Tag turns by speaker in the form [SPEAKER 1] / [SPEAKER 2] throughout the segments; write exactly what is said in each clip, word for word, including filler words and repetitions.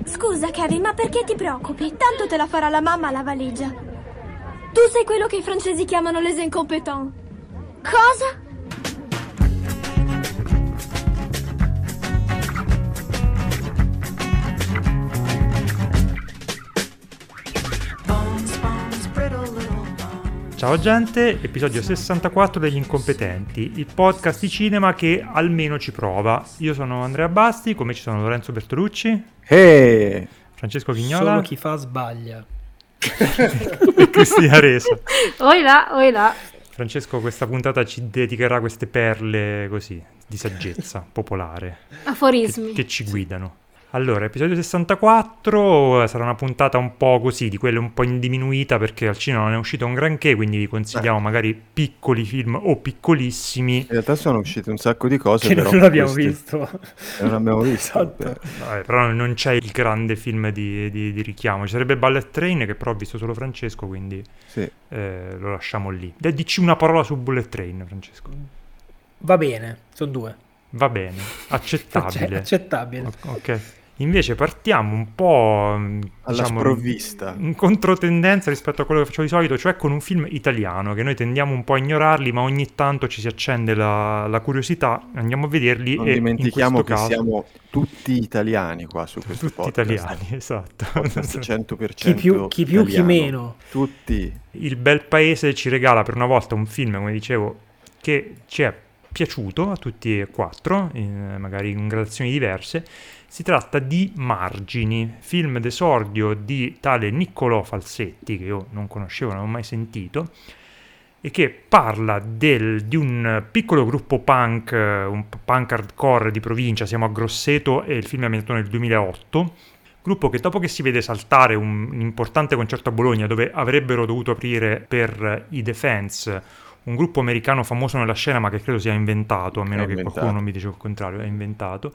[SPEAKER 1] Scusa, Kevin, ma perché ti preoccupi? Tanto te la farà la mamma la valigia. Tu sei quello che i francesi chiamano les incompetents. Cosa?
[SPEAKER 2] Ciao gente, episodio sessantaquattro degli Incompetenti, il podcast di cinema che almeno ci prova. Io sono Andrea Basti, come ci sono Lorenzo Bertolucci,
[SPEAKER 3] hey.
[SPEAKER 2] Francesco Chignola,
[SPEAKER 4] solo chi fa sbaglia,
[SPEAKER 2] e Cristina Resa.
[SPEAKER 5] Oi là, oi là.
[SPEAKER 2] Francesco questa puntata ci dedicherà queste perle così di saggezza popolare,
[SPEAKER 5] aforismi
[SPEAKER 2] che, che ci guidano. Allora, episodio sessantaquattro sarà una puntata un po' così, di quelle un po' in diminuita perché al cinema non è uscito un granché, quindi vi consigliamo eh. magari piccoli film o piccolissimi.
[SPEAKER 3] In realtà sono uscite un sacco di cose
[SPEAKER 4] che
[SPEAKER 3] però
[SPEAKER 4] non abbiamo
[SPEAKER 3] questi...
[SPEAKER 4] visto.
[SPEAKER 3] Non abbiamo visto.
[SPEAKER 4] Esatto.
[SPEAKER 2] Vabbè, però non c'è il grande film di, di, di richiamo. Ci sarebbe Bullet Train che però ho visto solo Francesco, quindi
[SPEAKER 3] sì. eh,
[SPEAKER 2] lo lasciamo lì. Dici una parola su Bullet Train, Francesco.
[SPEAKER 4] Va bene, sono due.
[SPEAKER 2] Va bene, accettabile.
[SPEAKER 4] accettabile.
[SPEAKER 2] Ok. Invece partiamo un po'
[SPEAKER 3] alla
[SPEAKER 2] diciamo,
[SPEAKER 3] sprovvista,
[SPEAKER 2] in controtendenza rispetto a quello che facciamo di solito, cioè con un film italiano che noi tendiamo un po' a ignorarli, ma ogni tanto ci si accende la, la curiosità, andiamo a vederli.
[SPEAKER 3] Non
[SPEAKER 2] e
[SPEAKER 3] dimentichiamo
[SPEAKER 2] in
[SPEAKER 3] che
[SPEAKER 2] caso,
[SPEAKER 3] siamo tutti italiani qua su questo
[SPEAKER 2] tutti
[SPEAKER 3] podcast.
[SPEAKER 2] Italiani, esatto.
[SPEAKER 3] cento per cento
[SPEAKER 4] chi più, chi più, chi meno.
[SPEAKER 3] Tutti.
[SPEAKER 2] Il bel paese ci regala per una volta un film, come dicevo, che ci è piaciuto a tutti e quattro, in, magari in gradazioni diverse. Si tratta di Margini, film d'esordio di tale Niccolò Falsetti, che io non conoscevo, non ho mai sentito, e che parla del, di un piccolo gruppo punk, un punk hardcore di provincia, siamo a Grosseto e il film è ambientato nel duemilaotto, gruppo che dopo che si vede saltare un, un importante concerto a Bologna dove avrebbero dovuto aprire per i Defense, un gruppo americano famoso nella scena ma che credo sia inventato, a meno
[SPEAKER 3] è
[SPEAKER 2] che
[SPEAKER 3] inventato.
[SPEAKER 2] qualcuno non mi dice il contrario, è inventato.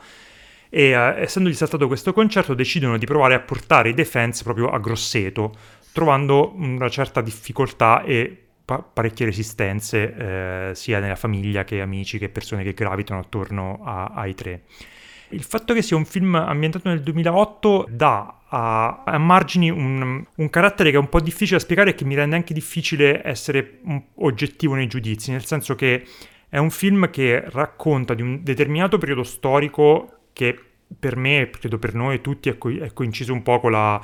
[SPEAKER 2] E uh, essendogli saltato questo concerto decidono di provare a portare i Defense proprio a Grosseto, trovando una certa difficoltà e pa- parecchie resistenze eh, sia nella famiglia che amici che persone che gravitano attorno a- ai tre. Il fatto che sia un film ambientato nel duemilaotto dà a, a Margini un, un carattere che è un po' difficile da spiegare e che mi rende anche difficile essere oggettivo nei giudizi, nel senso che è un film che racconta di un determinato periodo storico che per me, credo per noi tutti, è, co- è coinciso un po' con la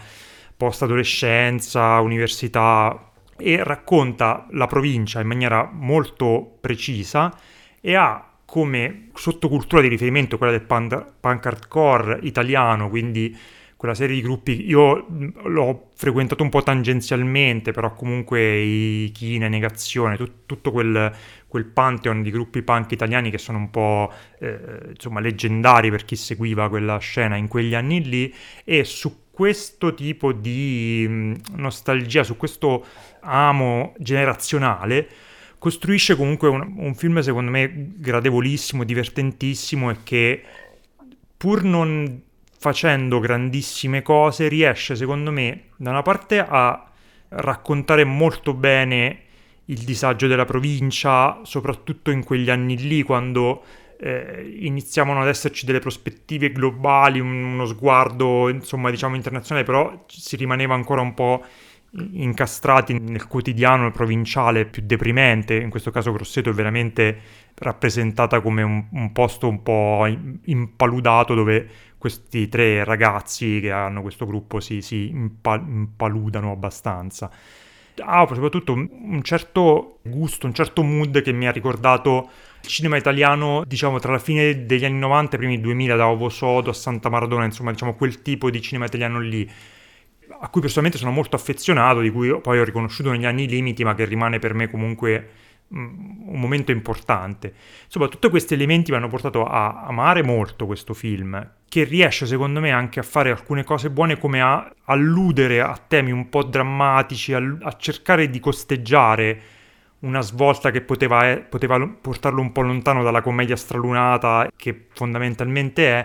[SPEAKER 2] post-adolescenza, università, e racconta la provincia in maniera molto precisa e ha come sottocultura di riferimento quella del punk, punk hardcore italiano, quindi quella serie di gruppi. Io l'ho frequentato un po' tangenzialmente, però comunque i Chine, Negazione, tut, tutto quel, quel pantheon di gruppi punk italiani che sono un po' eh, insomma leggendari per chi seguiva quella scena in quegli anni lì, e su questo tipo di mh, nostalgia, su questo amo generazionale costruisce comunque un, un film secondo me gradevolissimo, divertentissimo e che pur non facendo grandissime cose riesce secondo me da una parte a raccontare molto bene il disagio della provincia, soprattutto in quegli anni lì quando eh, iniziavano ad esserci delle prospettive globali, un, uno sguardo insomma diciamo internazionale, però si rimaneva ancora un po' incastrati nel quotidiano provinciale più deprimente. In questo caso Grosseto è veramente rappresentata come un, un posto un po' impaludato dove questi tre ragazzi che hanno questo gruppo si, si impal- impaludano abbastanza. Ha soprattutto un, un certo gusto, un certo mood che mi ha ricordato il cinema italiano, diciamo, tra la fine degli anni novanta e i primi duemila, da Ovo Sodo a Santa Maradona, insomma, diciamo quel tipo di cinema italiano lì, a cui personalmente sono molto affezionato, di cui poi ho riconosciuto negli anni i limiti, ma che rimane per me comunque un momento importante. Insomma, tutti questi elementi mi hanno portato a amare molto questo film, che riesce secondo me anche a fare alcune cose buone, come a alludere a temi un po' drammatici, a, a cercare di costeggiare una svolta che poteva, poteva portarlo un po' lontano dalla commedia stralunata che fondamentalmente è,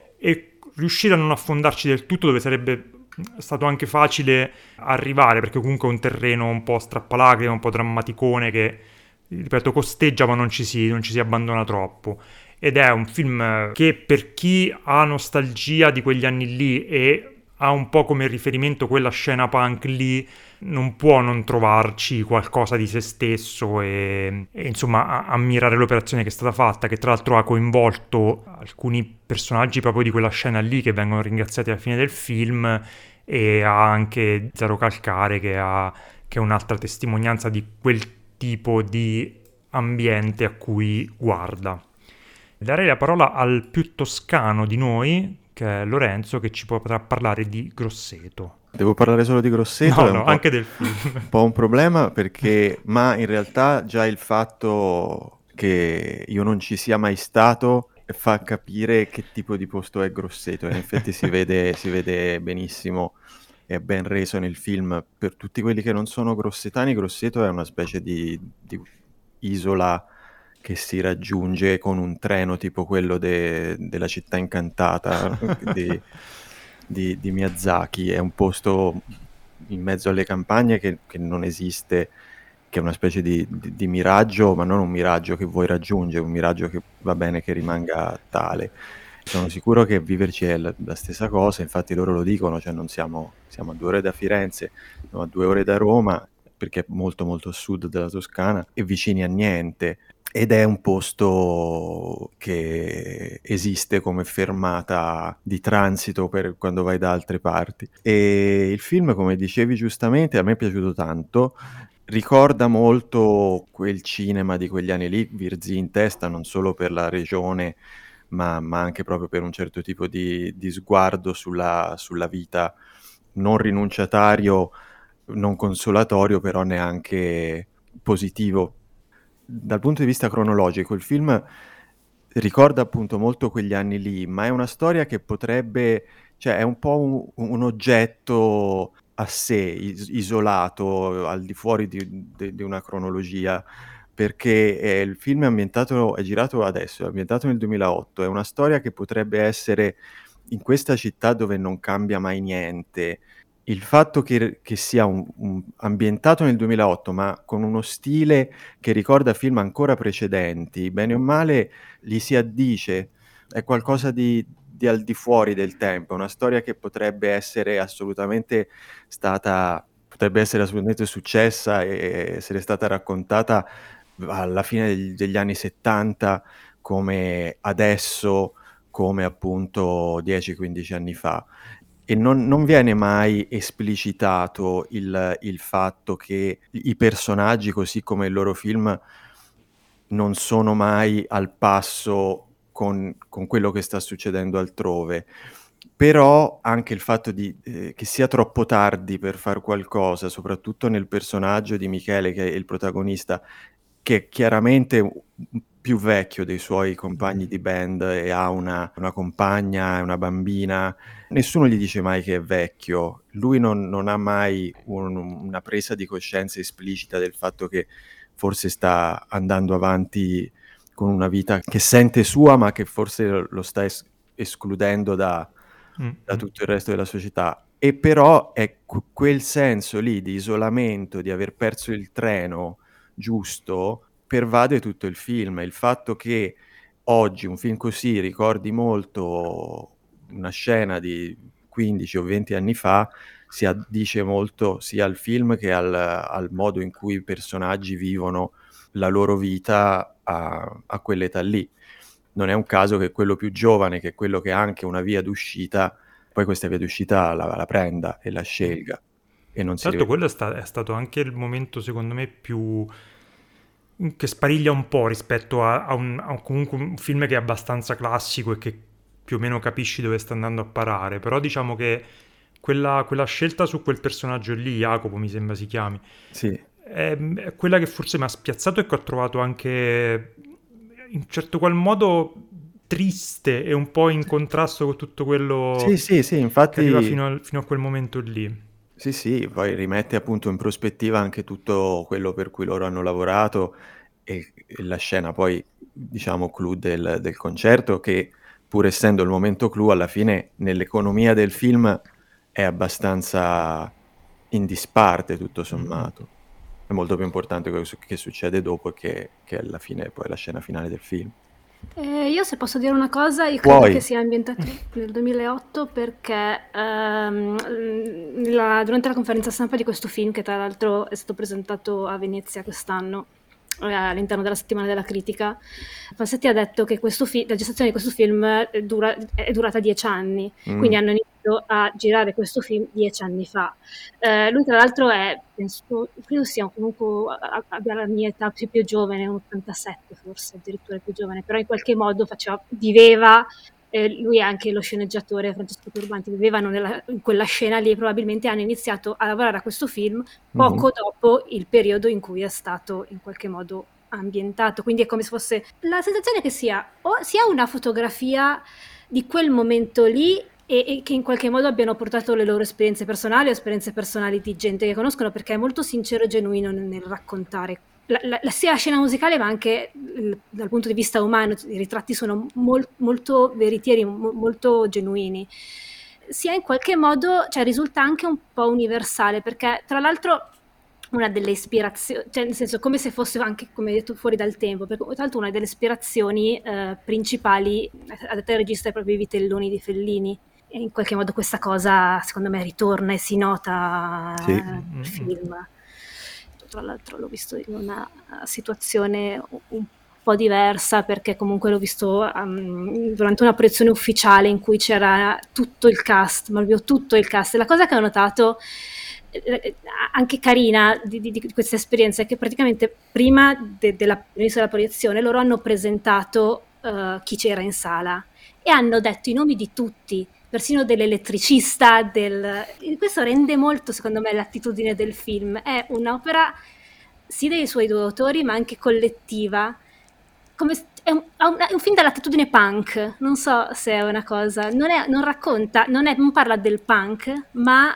[SPEAKER 2] e riuscire a non affondarci del tutto dove sarebbe stato anche facile arrivare, perché comunque è un terreno un po' strappalacrime, un po' drammaticone che, ripeto, costeggia ma non ci si, non ci si abbandona troppo. Ed è un film che per chi ha nostalgia di quegli anni lì e ha un po' come riferimento quella scena punk lì, non può non trovarci qualcosa di se stesso e, e insomma a- ammirare l'operazione che è stata fatta, che tra l'altro ha coinvolto alcuni personaggi proprio di quella scena lì che vengono ringraziati alla fine del film, e ha anche Zero Calcare che, ha, che è un'altra testimonianza di quel tipo di ambiente a cui guarda. Darei la parola al più toscano di noi, che è Lorenzo, che ci potrà parlare di Grosseto.
[SPEAKER 3] Devo parlare solo di Grosseto?
[SPEAKER 2] No,
[SPEAKER 3] è un
[SPEAKER 2] no,
[SPEAKER 3] po',
[SPEAKER 2] anche del film.
[SPEAKER 3] un po' un problema perché, ma in realtà già il fatto che io non ci sia mai stato fa capire che tipo di posto è Grosseto. In effetti si vede, si vede benissimo, è ben reso nel film. Per tutti quelli che non sono grossetani, Grosseto è una specie di, di isola che si raggiunge con un treno tipo quello de- della città incantata di, di, di Miyazaki. È un posto in mezzo alle campagne che, che non esiste, che è una specie di, di, di miraggio, ma non un miraggio che vuoi raggiungere, un miraggio che va bene che rimanga tale. Sono sicuro che viverci è la, la stessa cosa, infatti loro lo dicono, cioè non siamo, siamo a due ore da Firenze, siamo a due ore da Roma, perché è molto molto a sud della Toscana, e vicini a niente. Ed è un posto che esiste come fermata di transito per quando vai da altre parti. E il film, come dicevi giustamente, a me è piaciuto tanto. Ricorda molto quel cinema di quegli anni lì, Virzì in testa, non solo per la regione, ma, ma anche proprio per un certo tipo di, di sguardo sulla, sulla vita, non rinunciatario, non consolatorio, però neanche positivo. Dal punto di vista cronologico, il film ricorda appunto molto quegli anni lì, ma è una storia che potrebbe, cioè è un po' un, un oggetto a sé, is- isolato, al di fuori di, di- di una cronologia, perché eh, il film è ambientato, è girato adesso, è ambientato nel duemilaotto, è una storia che potrebbe essere in questa città dove non cambia mai niente. Il fatto che, che sia un, un- ambientato nel duemilaotto, ma con uno stile che ricorda film ancora precedenti, bene o male, gli si addice, è qualcosa di, di al di fuori del tempo, una storia che potrebbe essere assolutamente stata, potrebbe essere assolutamente successa e essere stata raccontata alla fine degli, degli anni settanta come adesso, come appunto dieci quindici anni fa. E non, non viene mai esplicitato il, il fatto che i personaggi, così come il loro film, non sono mai al passo con, con quello che sta succedendo altrove. Però anche il fatto di, eh, che sia troppo tardi per fare qualcosa, soprattutto nel personaggio di Michele, che è il protagonista, che è chiaramente più vecchio dei suoi compagni di band e ha una, una compagna e una bambina. Nessuno gli dice mai che è vecchio. Lui non, non ha mai un- una presa di coscienza esplicita del fatto che forse sta andando avanti con una vita che sente sua, ma che forse lo sta es- escludendo da,
[SPEAKER 2] Mm,
[SPEAKER 3] da
[SPEAKER 2] mm.
[SPEAKER 3] tutto il resto della società. E però è que- quel senso lì di isolamento, di aver perso il treno giusto, pervade tutto il film. Il fatto che oggi un film così ricordi molto una scena di quindici o venti anni fa si addice molto sia al film che al, al modo in cui i personaggi vivono la loro vita a, a quell'età lì. Non è un caso che quello più giovane, che è quello che ha anche una via d'uscita, poi questa via d'uscita la, la prenda e la scelga. E non si
[SPEAKER 2] Tra l'altro
[SPEAKER 3] rivede.
[SPEAKER 2] quello è, sta- è stato anche il momento secondo me più che spariglia un po' rispetto a, a un, a un- comunque un film che è abbastanza classico e che più o meno capisci dove sta andando a parare, però diciamo che quella, quella scelta su quel personaggio lì, Jacopo mi sembra si chiami,
[SPEAKER 3] Sì,
[SPEAKER 2] è, è quella che forse mi ha spiazzato e che ho trovato anche in certo qual modo triste e un po' in contrasto con tutto quello
[SPEAKER 3] sì, sì, sì,
[SPEAKER 2] che arriva
[SPEAKER 3] infatti,
[SPEAKER 2] fino, al- fino a quel momento lì.
[SPEAKER 3] sì, sì, poi rimette appunto in prospettiva anche tutto quello per cui loro hanno lavorato e, e la scena poi, diciamo, clou del, del concerto, che pur essendo il momento clou, alla fine nell'economia del film è abbastanza in disparte tutto sommato. È molto più importante quello che succede dopo che, che alla fine poi la scena finale del film.
[SPEAKER 5] Eh, io se posso dire una cosa, io
[SPEAKER 3] Puoi.
[SPEAKER 5] credo che sia ambientato nel duemilaotto perché ehm, la- durante la conferenza stampa di questo film, che tra l'altro è stato presentato a Venezia quest'anno, eh, all'interno della settimana della critica, Falsetti ha detto che questo fi- la gestazione di questo film è, dura- è durata dieci anni,
[SPEAKER 3] Mm.
[SPEAKER 5] quindi hanno iniziato a girare questo film dieci anni fa. Eh, lui tra l'altro è, penso, credo sia comunque a- abbia la mia età più, più giovane, un ottantasette forse, addirittura più giovane, però in qualche modo faceva, viveva, eh, lui è anche lo sceneggiatore Francesco Turbanti, vivevano nella- in quella scena lì e probabilmente hanno iniziato a lavorare a questo film poco
[SPEAKER 3] Mhm.
[SPEAKER 5] dopo il periodo in cui è stato in qualche modo ambientato, quindi è come se fosse la sensazione che sia o sia una fotografia di quel momento lì e, e che in qualche modo abbiano portato le loro esperienze personali o esperienze personali di gente che conoscono, perché è molto sincero e genuino nel, nel raccontare la, la, la, sia la scena musicale ma anche il, dal punto di vista umano. I ritratti sono mol, molto veritieri, mo, molto genuini, sia in qualche modo, cioè risulta anche un po' universale, perché tra l'altro una delle ispirazioni, cioè nel senso come se fosse anche, come hai detto, fuori dal tempo, perché tra l'altro una delle ispirazioni eh, principali a te regista è proprio i vitelloni di Fellini, e in qualche modo questa cosa secondo me ritorna e si nota
[SPEAKER 3] Sì.
[SPEAKER 5] nel film. Tra l'altro l'ho visto in una situazione un po' diversa, perché comunque l'ho visto um, durante una proiezione ufficiale in cui c'era tutto il cast, ma proprio tutto il cast. E la cosa che ho notato anche carina di, di, di questa esperienza è che praticamente prima de, della, della proiezione loro hanno presentato uh, chi c'era in sala e hanno detto i nomi di tutti, persino dell'elettricista, del... questo rende molto secondo me l'attitudine del film. È un'opera sì dei suoi due autori ma anche collettiva, come, è, un, è un film dall'attitudine punk, non so se è una cosa, non, è, non racconta, non, è, non parla del punk ma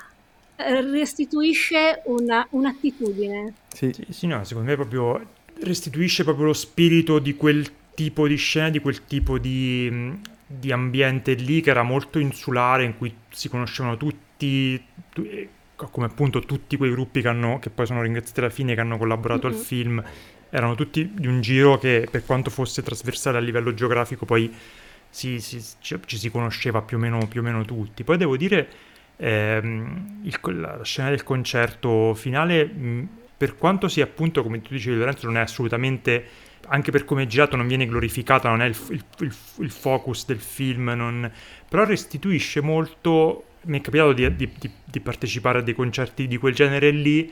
[SPEAKER 5] restituisce una, un'attitudine.
[SPEAKER 3] Sì.
[SPEAKER 2] Sì, sì, no, secondo me proprio restituisce proprio lo spirito di quel tipo di scena, di quel tipo di, di ambiente lì che era molto insulare, in cui si conoscevano tutti, tu, come appunto tutti quei gruppi che, hanno, che poi sono ringraziati alla fine, che hanno collaborato mm-hmm. al film, erano tutti di un giro che per quanto fosse trasversale a livello geografico poi si, si, ci, ci si conosceva più o meno, più o meno tutti. Poi devo dire Eh, il, la scena del concerto finale, mh, per quanto sia appunto, come tu dicevi Lorenzo, non è assolutamente, anche per come è girato, non viene glorificata, non è il, il, il, il focus del film, non, però restituisce molto. Mi è capitato di, di, di, di partecipare a dei concerti di quel genere lì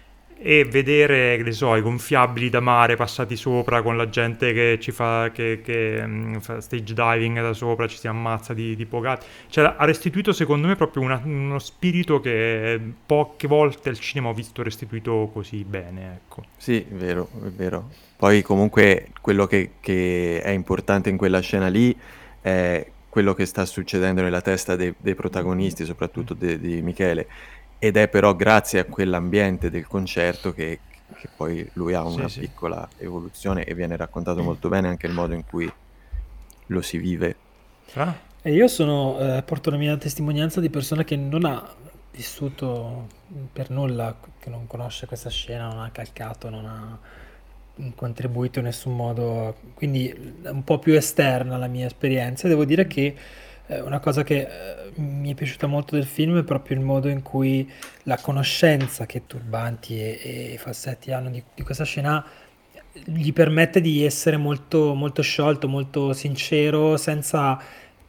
[SPEAKER 2] e vedere, che ne so, i gonfiabili da mare passati sopra con la gente che ci fa, che, che um, fa stage diving da sopra, ci si ammazza di, di pogati. Cioè ha restituito secondo me proprio una, uno spirito che poche volte al cinema ho visto restituito così bene, ecco.
[SPEAKER 3] Sì, è vero, è vero. Poi comunque quello che, che è importante in quella scena lì è quello che sta succedendo nella testa dei, dei protagonisti, soprattutto de, di Michele. Ed è però grazie a quell'ambiente del concerto che, che poi lui ha una sì, piccola sì. evoluzione e viene raccontato molto bene anche il modo in cui lo si vive.
[SPEAKER 4] Ah. E io sono, eh, porto la mia testimonianza di persona che non ha vissuto per nulla, che non conosce questa scena, non ha calcato, non ha contribuito in nessun modo, quindi un po' più esterna alla mia esperienza. Devo dire che una cosa che mi è piaciuta molto del film è proprio il modo in cui la conoscenza che Turbanti e, e Falsetti hanno di, di questa scena gli permette di essere molto, molto sciolto, molto sincero, senza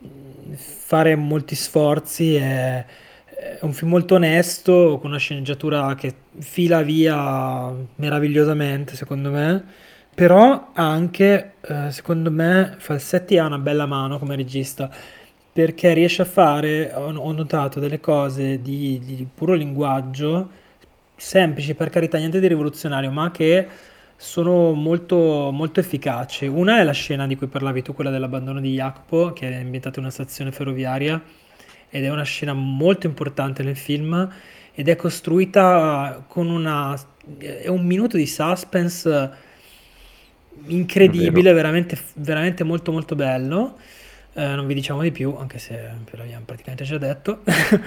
[SPEAKER 4] fare molti sforzi. È, è un film molto onesto, con una sceneggiatura che fila via meravigliosamente, secondo me. Però anche, eh, secondo me, Falsetti ha una bella mano come regista, perché riesce a fare, ho notato, delle cose di, di puro linguaggio, semplici, per carità, niente di rivoluzionario, ma che sono molto, molto efficaci. Una è la scena di cui parlavi tu, quella dell'abbandono di Jacpo, che è ambientata in una stazione ferroviaria, ed è una scena molto importante nel film, ed è costruita con una... è un minuto di suspense incredibile, veramente, veramente molto molto bello. Eh, non vi diciamo di più, anche se ve l'abbiamo praticamente già detto.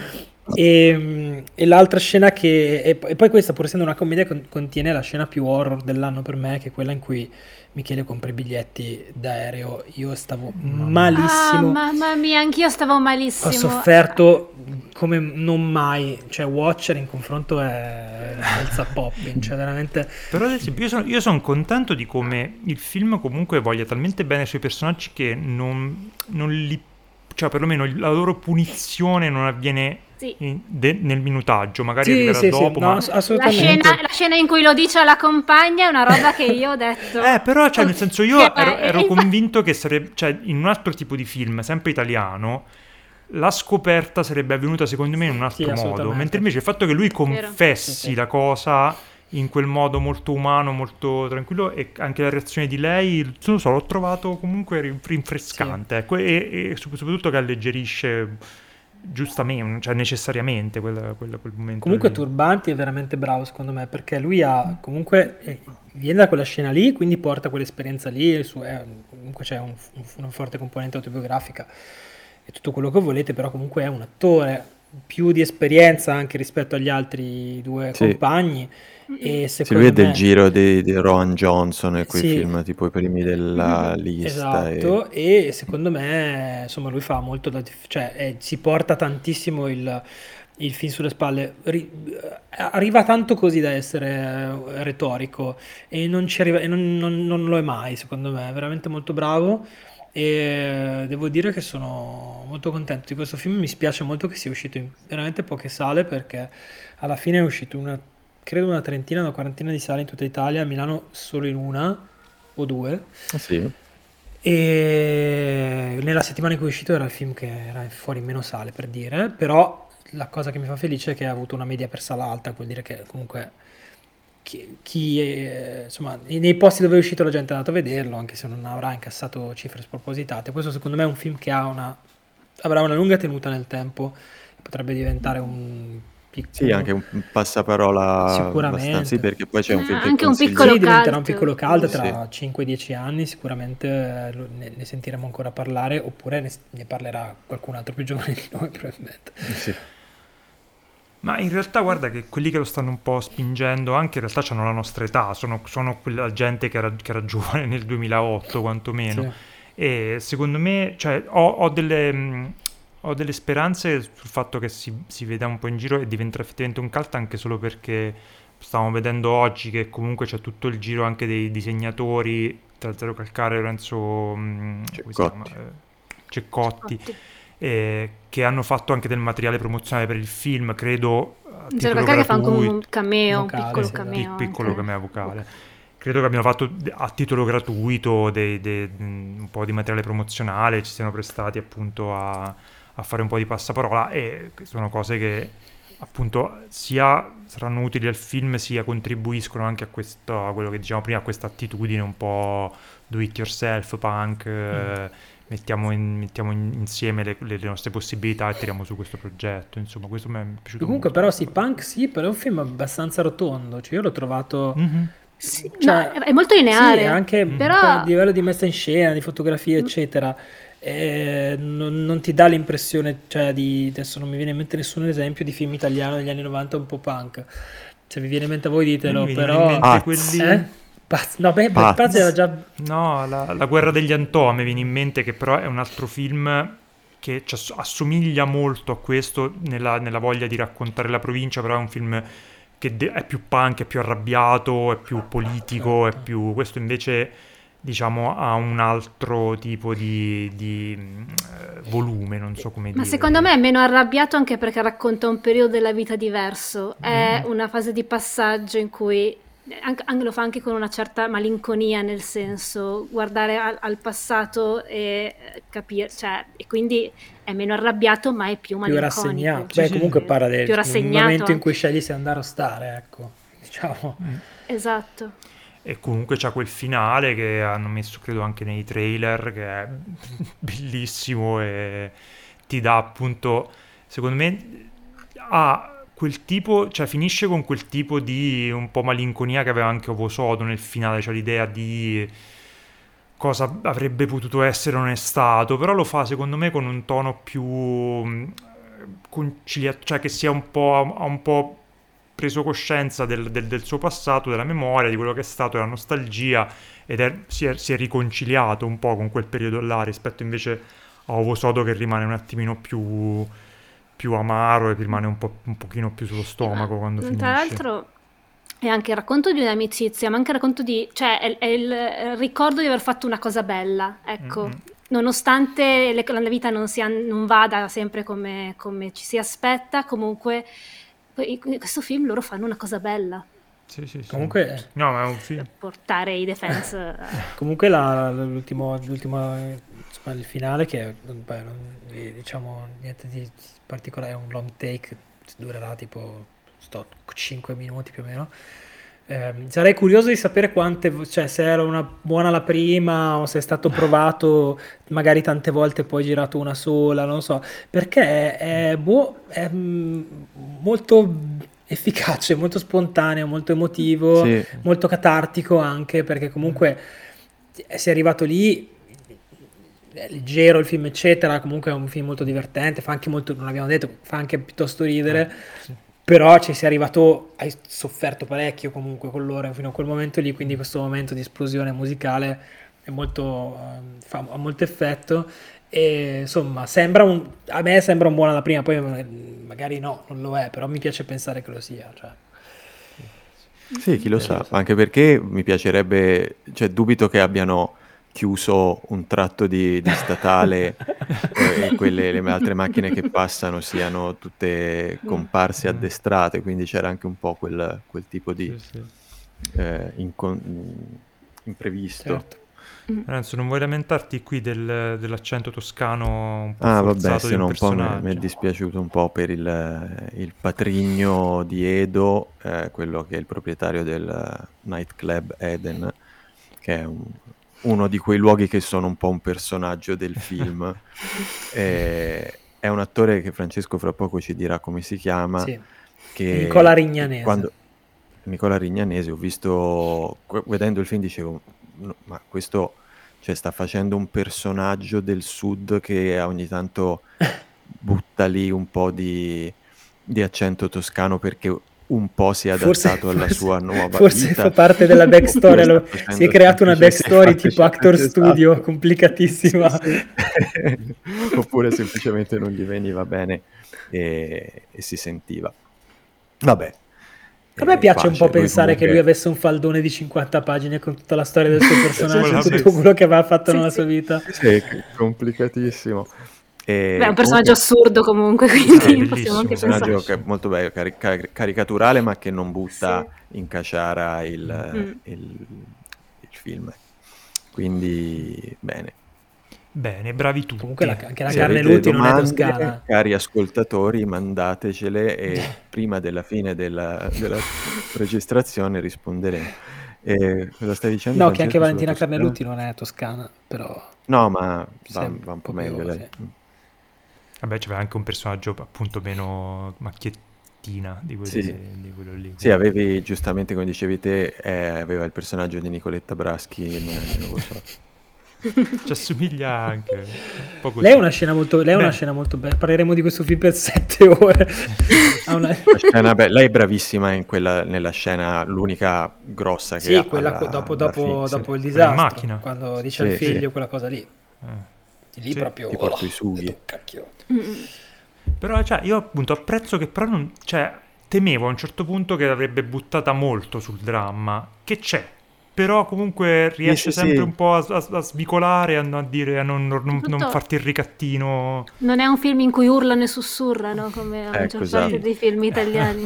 [SPEAKER 4] E, e l'altra scena che... E, e poi questa, pur essendo una commedia, con- contiene la scena più horror dell'anno per me, che è quella in cui Michele compra i biglietti d'aereo. Io stavo
[SPEAKER 5] Ah,
[SPEAKER 4] malissimo.
[SPEAKER 5] mamma mia, anch'io stavo
[SPEAKER 4] Ho
[SPEAKER 5] malissimo.
[SPEAKER 4] sofferto come non mai. Cioè, Watcher in confronto è il Zapoppin. Cioè, veramente...
[SPEAKER 2] Però ad esempio io sono, io sono contento di come il film comunque voglia talmente bene i suoi personaggi che non, non li... cioè perlomeno la loro punizione non avviene
[SPEAKER 5] Sì.
[SPEAKER 2] in- de- nel minutaggio, magari
[SPEAKER 4] Sì,
[SPEAKER 2] arriverà
[SPEAKER 4] sì, sì,
[SPEAKER 2] dopo,
[SPEAKER 4] no,
[SPEAKER 2] ma...
[SPEAKER 4] ass-
[SPEAKER 5] La
[SPEAKER 4] assolutamente.
[SPEAKER 5] scena, la scena in cui lo dice alla compagna è una roba che io ho detto.
[SPEAKER 2] Eh, però, cioè, nel senso, io
[SPEAKER 5] Che-
[SPEAKER 2] ero,
[SPEAKER 5] eh,
[SPEAKER 2] ero
[SPEAKER 5] infa-
[SPEAKER 2] convinto che sarebbe, cioè, in un altro tipo di film, sempre italiano, la scoperta sarebbe avvenuta, secondo me, in un
[SPEAKER 4] Sì,
[SPEAKER 2] altro modo.
[SPEAKER 4] assolutamente.
[SPEAKER 2] Mentre invece il fatto che lui confessi
[SPEAKER 4] Sì, sì.
[SPEAKER 2] la cosa in quel modo molto umano, molto tranquillo, e anche la reazione di lei, non lo so, l'ho trovato comunque rin- rinfrescante, ecco, e, e sop- soprattutto che alleggerisce giustamente, cioè necessariamente quel, quel, quel momento
[SPEAKER 4] Comunque
[SPEAKER 2] lì.
[SPEAKER 4] Turbanti è veramente bravo secondo me, perché lui ha comunque eh, viene da quella scena lì, quindi porta quell'esperienza lì, il suo- è- comunque c'è un- un- una forte componente autobiografica e tutto quello che volete, però comunque è un attore più di esperienza anche rispetto agli altri due
[SPEAKER 3] Sì.
[SPEAKER 4] compagni e
[SPEAKER 3] Si
[SPEAKER 4] secondo
[SPEAKER 3] vede
[SPEAKER 4] me
[SPEAKER 3] il giro di, di Rowan Johnson e quei
[SPEAKER 4] sì.
[SPEAKER 3] film tipo i primi della lista. e-
[SPEAKER 4] Esatto, e secondo me, insomma, lui fa molto da, dif- cioè eh, si porta tantissimo il, il film sulle spalle, Ri- eh, arriva tanto così da essere eh, retorico e non ci arriva, e non, non- non lo è mai, secondo me, è veramente molto bravo e devo dire che sono molto contento di questo film, mi spiace molto che sia uscito in veramente poche sale perché alla fine è uscito una, credo una trentina, una quarantina di sale in tutta Italia, a Milano solo in una o due.
[SPEAKER 3] Ah, sì.
[SPEAKER 4] E nella settimana in cui è uscito era il film che era fuori in meno sale, per dire, però la cosa che mi fa felice è che ha avuto una media per sala alta, vuol dire che comunque chi, chi è- insomma, nei posti dove è uscito la gente è andata a vederlo, anche se non avrà incassato cifre spropositate. Questo secondo me è un film che ha una, avrà una lunga tenuta nel tempo e potrebbe diventare un piccolo...
[SPEAKER 3] Sì, anche un un passaparola
[SPEAKER 4] Sicuramente.
[SPEAKER 3] abbastanza, sì, perché poi c'è un
[SPEAKER 5] Ah,
[SPEAKER 3] film che
[SPEAKER 5] anche un
[SPEAKER 3] consiglio-
[SPEAKER 5] piccolo
[SPEAKER 4] Sì, diventerà
[SPEAKER 5] cult.
[SPEAKER 4] un piccolo cult
[SPEAKER 3] Sì.
[SPEAKER 4] tra cinque dieci anni, sicuramente eh, lo- ne, ne sentiremo ancora parlare, oppure ne, ne parlerà qualcun altro più giovane di noi, probabilmente.
[SPEAKER 3] Sì.
[SPEAKER 2] Ma in realtà guarda che quelli che lo stanno un po' spingendo anche in realtà hanno la nostra età, sono, sono quella gente che era, che era giovane nel duemilaotto quantomeno.
[SPEAKER 4] Sì.
[SPEAKER 2] E secondo me, cioè, ho, ho delle, mh, ho delle speranze sul fatto che si, si veda un po' in giro e diventa effettivamente un cult, anche solo perché stavamo vedendo oggi che comunque c'è tutto il giro anche dei disegnatori, tra Zero Calcare e Lorenzo mh, come si chiama?
[SPEAKER 3] Ceccotti.
[SPEAKER 2] Eh, Ceccotti,
[SPEAKER 5] Ottimo.
[SPEAKER 2] eh, che hanno fatto anche del materiale promozionale per il film, credo a
[SPEAKER 5] Zero
[SPEAKER 2] titolo
[SPEAKER 5] Calcare che fa anche un
[SPEAKER 2] gratuito,
[SPEAKER 5] cameo, un
[SPEAKER 4] Vocale,
[SPEAKER 5] piccolo
[SPEAKER 4] sì,
[SPEAKER 5] cameo.
[SPEAKER 2] pic- piccolo
[SPEAKER 5] anche.
[SPEAKER 2] cameo vocale. Credo che abbiano fatto d- a titolo gratuito dei- dei- mh, un po' di materiale promozionale, ci siano prestati appunto a, a fare un po' di passaparola e che sono cose che appunto sia saranno utili al film sia contribuiscono anche a questo, a quello che diciamo prima, a questa attitudine un po' do it yourself, punk, eh, mettiamo, in- mettiamo in- insieme le, le- le nostre possibilità e tiriamo su questo progetto, insomma questo mi è piaciuto
[SPEAKER 4] Comunque
[SPEAKER 2] molto.
[SPEAKER 4] però sì, Punk sì, però è un film abbastanza rotondo, cioè io l'ho trovato...
[SPEAKER 2] Mhm.
[SPEAKER 5] Sì, no,
[SPEAKER 4] Cioè,
[SPEAKER 5] è- è molto lineare.
[SPEAKER 4] Sì, anche
[SPEAKER 5] però
[SPEAKER 4] a livello di messa in scena, di fotografia, eccetera, eh, non, non ti dà l'impressione, cioè di, adesso non mi viene in mente nessun esempio di film italiano degli anni novanta un po' punk. Se vi viene in mente a voi ditelo,
[SPEAKER 2] Mi vengono
[SPEAKER 4] però...
[SPEAKER 2] in mente
[SPEAKER 3] Paz.
[SPEAKER 2] quelli...
[SPEAKER 4] Eh? Paz, no, beh,
[SPEAKER 3] Paz.
[SPEAKER 4] Paz era già...
[SPEAKER 2] No, la, la guerra degli Antò mi viene in mente, che però è un altro film che ci ass- assomiglia molto a questo nella, nella voglia di raccontare la provincia, però è un film che de- è più punk, è più arrabbiato, è più politico, è più... Questo invece, diciamo, ha un altro tipo di, di, mh, eh, volume, non so come
[SPEAKER 5] Ma
[SPEAKER 2] dire.
[SPEAKER 5] secondo me è meno arrabbiato anche perché racconta un periodo della vita diverso. È una fase di passaggio in cui anche, anche- lo fa anche con una certa malinconia, nel senso guardare al, al passato e capire, cioè, e quindi è meno arrabbiato, ma è più
[SPEAKER 4] più
[SPEAKER 5] malinconico.
[SPEAKER 4] rassegnato.
[SPEAKER 2] Sì,
[SPEAKER 4] Beh,
[SPEAKER 2] sì,
[SPEAKER 4] comunque
[SPEAKER 2] sì.
[SPEAKER 4] parla del,
[SPEAKER 5] Più
[SPEAKER 4] del
[SPEAKER 5] rassegnato
[SPEAKER 4] momento in
[SPEAKER 5] anche.
[SPEAKER 4] cui scegli se andare o stare, ecco. Diciamo.
[SPEAKER 5] Esatto.
[SPEAKER 2] E comunque c'ha quel finale che hanno messo, credo, anche nei trailer, che è bellissimo e ti dà appunto, secondo me, ha quel tipo, cioè finisce con quel tipo di un po' malinconia che aveva anche Ovo Sodo nel finale, cioè l'idea di cosa avrebbe potuto essere o non è stato, però lo fa secondo me con un tono più, mh, concilia- cioè che sia un po', ha un po' preso coscienza del, del- del suo passato, della memoria, di quello che è stato, della nostalgia, ed è, si, è, si è riconciliato un po' con quel periodo là, rispetto invece a Ovo Sodo, che rimane un attimino più, più amaro e rimane un po' un pochino più sullo stomaco quando
[SPEAKER 5] Tra
[SPEAKER 2] finisce.
[SPEAKER 5] l'altro è anche il racconto di un'amicizia, ma anche il racconto di, cioè è, è il il ricordo di aver fatto una cosa bella, ecco.
[SPEAKER 2] Mm-mm.
[SPEAKER 5] Nonostante le- la vita non, sia, non vada sempre come, come ci si aspetta, comunque que- in questo film loro fanno una cosa bella
[SPEAKER 2] Sì, sì, sì.
[SPEAKER 4] Comunque,
[SPEAKER 2] No, ma è un
[SPEAKER 5] per
[SPEAKER 2] film.
[SPEAKER 5] portare i defense. eh,
[SPEAKER 4] comunque la- l'ultimo, l'ultimo, eh, insomma, il finale che beh, non vi diciamo niente di particolare, è un long take, durerà tipo sto, cinque minuti più o meno. Ehm, sarei curioso di sapere quante, vo- cioè se era una buona la prima o se è stato provato magari tante volte e poi girato una sola, non so, perché è, è boh, è, mm, molto efficace, molto spontaneo, molto emotivo,
[SPEAKER 3] Sì,
[SPEAKER 4] molto catartico anche, perché comunque eh, si è arrivato lì, è leggero il film, eccetera, comunque è un film molto divertente, fa anche molto, non abbiamo detto, fa anche piuttosto ridere,
[SPEAKER 2] Sì.
[SPEAKER 4] però ci sei arrivato, hai sofferto parecchio comunque con loro fino a quel momento lì, quindi questo momento di esplosione musicale è molto, ehm, fa, ha molto effetto e insomma sembra un, a me sembra un buono alla prima, poi eh, magari no, non lo è, però mi piace pensare che lo sia, cioè.
[SPEAKER 3] sì, chi lo sa, anche perché mi piacerebbe, cioè dubito che abbiano chiuso un tratto di, di statale e e quelle le altre macchine che passano siano tutte comparse
[SPEAKER 2] Mm.
[SPEAKER 3] addestrate, quindi c'era anche un po' quel, quel tipo di
[SPEAKER 2] Sì, sì.
[SPEAKER 3] eh, incon- imprevisto.
[SPEAKER 4] Certo.
[SPEAKER 2] Lorenzo, non vuoi lamentarti qui del- dell'accento toscano un po'
[SPEAKER 3] Ah, vabbè,
[SPEAKER 2] forzato
[SPEAKER 3] se
[SPEAKER 2] di un
[SPEAKER 3] no un po' mi mi è
[SPEAKER 2] personaggio?
[SPEAKER 3] dispiaciuto un po' per il, il patrigno di Edo, eh, quello che è il proprietario del nightclub Eden, che è un- uno di quei luoghi che sono un po' un personaggio del film. Eh, è un attore che Francesco fra poco ci dirà come si chiama,
[SPEAKER 4] Sì.
[SPEAKER 3] che
[SPEAKER 4] Nicola Rignanese.
[SPEAKER 3] quando Nicola Rignanese, ho visto, gu- vedendo il film dicevo, "No, ma questo cioè, sta facendo un personaggio del sud che ogni tanto butta lì un po' di, di accento toscano perché un po' si è
[SPEAKER 4] Forse,
[SPEAKER 3] adattato alla
[SPEAKER 4] forse-
[SPEAKER 3] sua nuova
[SPEAKER 4] forse
[SPEAKER 3] vita.
[SPEAKER 4] fa parte della backstory,
[SPEAKER 3] Oppure
[SPEAKER 4] lo-
[SPEAKER 3] sta
[SPEAKER 4] si è
[SPEAKER 3] facendo
[SPEAKER 4] creata una
[SPEAKER 3] semplicemente-
[SPEAKER 4] backstory tipo Actor
[SPEAKER 3] esatto.
[SPEAKER 4] Studio complicatissima.
[SPEAKER 3] Sì, sì. Oppure semplicemente non gli veniva bene e, e si sentiva. Vabbè.
[SPEAKER 4] A me
[SPEAKER 3] eh,
[SPEAKER 4] piace un
[SPEAKER 3] pace.
[SPEAKER 4] po' pensare
[SPEAKER 3] Lui
[SPEAKER 4] che lui
[SPEAKER 3] comunque-
[SPEAKER 4] avesse un faldone di cinquanta pagine con tutta la storia del suo personaggio,
[SPEAKER 2] Sì,
[SPEAKER 4] tutto
[SPEAKER 2] sì.
[SPEAKER 4] quello che aveva fatto
[SPEAKER 5] Sì,
[SPEAKER 4] nella
[SPEAKER 5] sì.
[SPEAKER 4] sua vita.
[SPEAKER 3] Sì, è complicatissimo. E
[SPEAKER 5] Beh, è un personaggio
[SPEAKER 3] comunque-
[SPEAKER 5] assurdo comunque,
[SPEAKER 2] Ah,
[SPEAKER 5] quindi
[SPEAKER 2] bellissimo,
[SPEAKER 5] possiamo anche
[SPEAKER 3] un personaggio
[SPEAKER 5] pensarci.
[SPEAKER 3] che è molto bello, cari- cari- caricaturale, ma che non butta
[SPEAKER 5] Sì.
[SPEAKER 3] in caciara il,
[SPEAKER 5] Mm.
[SPEAKER 3] il- il film. Quindi, bene.
[SPEAKER 2] Bene, bravi tutti.
[SPEAKER 4] Comunque la- anche la
[SPEAKER 3] Se
[SPEAKER 4] carne
[SPEAKER 3] avete
[SPEAKER 4] Luti non è
[SPEAKER 3] domande,
[SPEAKER 4] toscana.
[SPEAKER 3] cari ascoltatori, mandatecele e prima della fine della, della registrazione risponderemo. E cosa stai dicendo?
[SPEAKER 4] No, che anche
[SPEAKER 3] Francesco,
[SPEAKER 4] Valentina
[SPEAKER 3] sulla
[SPEAKER 4] Carnelutti
[SPEAKER 3] Toscana?
[SPEAKER 4] non è toscana, però
[SPEAKER 3] No, ma va,
[SPEAKER 4] Sempre
[SPEAKER 3] va un po'
[SPEAKER 4] un po'
[SPEAKER 3] meglio,
[SPEAKER 4] più,
[SPEAKER 3] dai.
[SPEAKER 4] sì.
[SPEAKER 2] Vabbè, c'aveva anche un personaggio appunto meno macchiettina di, quelli-
[SPEAKER 3] Sì.
[SPEAKER 2] di quello lì.
[SPEAKER 3] Sì, avevi, giustamente come dicevi te, eh, aveva il personaggio di Nicoletta Braschi in, in Ovo Sodo.
[SPEAKER 2] Ci assomiglia anche un po' così.
[SPEAKER 4] lei è una scena molto, lei è una
[SPEAKER 2] Beh.
[SPEAKER 4] scena molto bella. Parleremo di questo film per sette ore. Ha una-
[SPEAKER 3] La scena, beh, lei è bravissima in quella, nella scena, l'unica grossa che
[SPEAKER 4] Sì,
[SPEAKER 3] ha
[SPEAKER 4] quella
[SPEAKER 3] alla-
[SPEAKER 4] co- dopo,
[SPEAKER 3] alla
[SPEAKER 4] dopo,
[SPEAKER 3] fine, sì.
[SPEAKER 4] dopo il
[SPEAKER 2] Quella in
[SPEAKER 4] disastro,
[SPEAKER 2] macchina.
[SPEAKER 4] quando dice
[SPEAKER 3] Sì,
[SPEAKER 4] al figlio
[SPEAKER 3] sì.
[SPEAKER 4] quella cosa lì.
[SPEAKER 2] Eh.
[SPEAKER 4] Lì
[SPEAKER 2] Sì,
[SPEAKER 4] proprio...
[SPEAKER 3] ti porto
[SPEAKER 4] oh,
[SPEAKER 3] i sughi.
[SPEAKER 4] ho detto, cacchio.
[SPEAKER 5] Mm.
[SPEAKER 2] Però cioè, io appunto apprezzo che però non... Cioè, temevo a un certo punto che l'avrebbe buttata molto sul dramma, che c'è. Però comunque riesce
[SPEAKER 3] sì,
[SPEAKER 2] sempre
[SPEAKER 3] sì.
[SPEAKER 2] un po' a, a- a svicolare, a, a dire, a non, non- non
[SPEAKER 5] Tutto-
[SPEAKER 2] farti il ricattino.
[SPEAKER 5] Non è un film in cui urlano e sussurrano come la maggior
[SPEAKER 3] Ecco, esatto.
[SPEAKER 5] parte dei film italiani.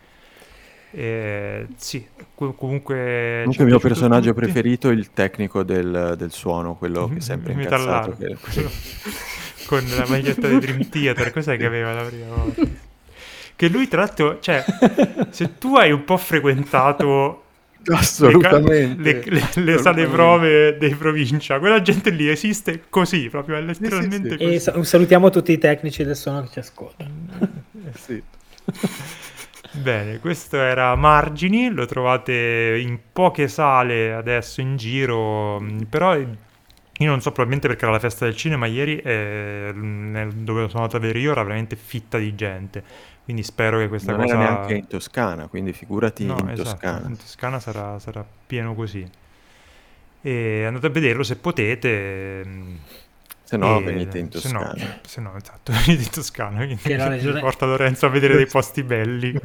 [SPEAKER 2] Eh, sì, co- comunque...
[SPEAKER 3] Comunque
[SPEAKER 2] ci
[SPEAKER 3] il
[SPEAKER 2] è
[SPEAKER 3] mio
[SPEAKER 2] piaciuto
[SPEAKER 3] personaggio
[SPEAKER 2] tutti.
[SPEAKER 3] preferito è il tecnico del, del suono, quello che è sempre
[SPEAKER 2] Il
[SPEAKER 3] incazzato.
[SPEAKER 2] metallaro,
[SPEAKER 3] Che,
[SPEAKER 2] quello con la maglietta di Dream Theater, cos'è che aveva la prima volta? Che lui tra l'altro, cioè, se tu hai un po' frequentato
[SPEAKER 3] Assolutamente.
[SPEAKER 2] le, ca- le- le- le sale prove dei provincia, quella gente lì esiste così, proprio è letteralmente
[SPEAKER 3] sì.
[SPEAKER 2] così.
[SPEAKER 4] E sa- salutiamo tutti i tecnici del suono che ci ascoltano.
[SPEAKER 3] Sì.
[SPEAKER 2] Bene, questo era Margini, lo trovate in poche sale adesso in giro, mh, però Io non so, probabilmente perché era la festa del cinema ieri e nel- dove sono andato a vedere io era veramente fitta di gente, quindi spero che questa
[SPEAKER 3] Non era
[SPEAKER 2] cosa...
[SPEAKER 3] neanche in Toscana, quindi figurati
[SPEAKER 2] No,
[SPEAKER 3] in
[SPEAKER 2] esatto,
[SPEAKER 3] Toscana.
[SPEAKER 2] in Toscana sarà, sarà pieno così. E andate a vederlo se potete, mm,
[SPEAKER 3] Se no,
[SPEAKER 2] e
[SPEAKER 3] venite in
[SPEAKER 2] se no,
[SPEAKER 3] Toscana.
[SPEAKER 2] se no, esatto, venite in Toscana, quindi
[SPEAKER 4] Che è la regione-
[SPEAKER 2] porta Lorenzo a vedere dei posti belli.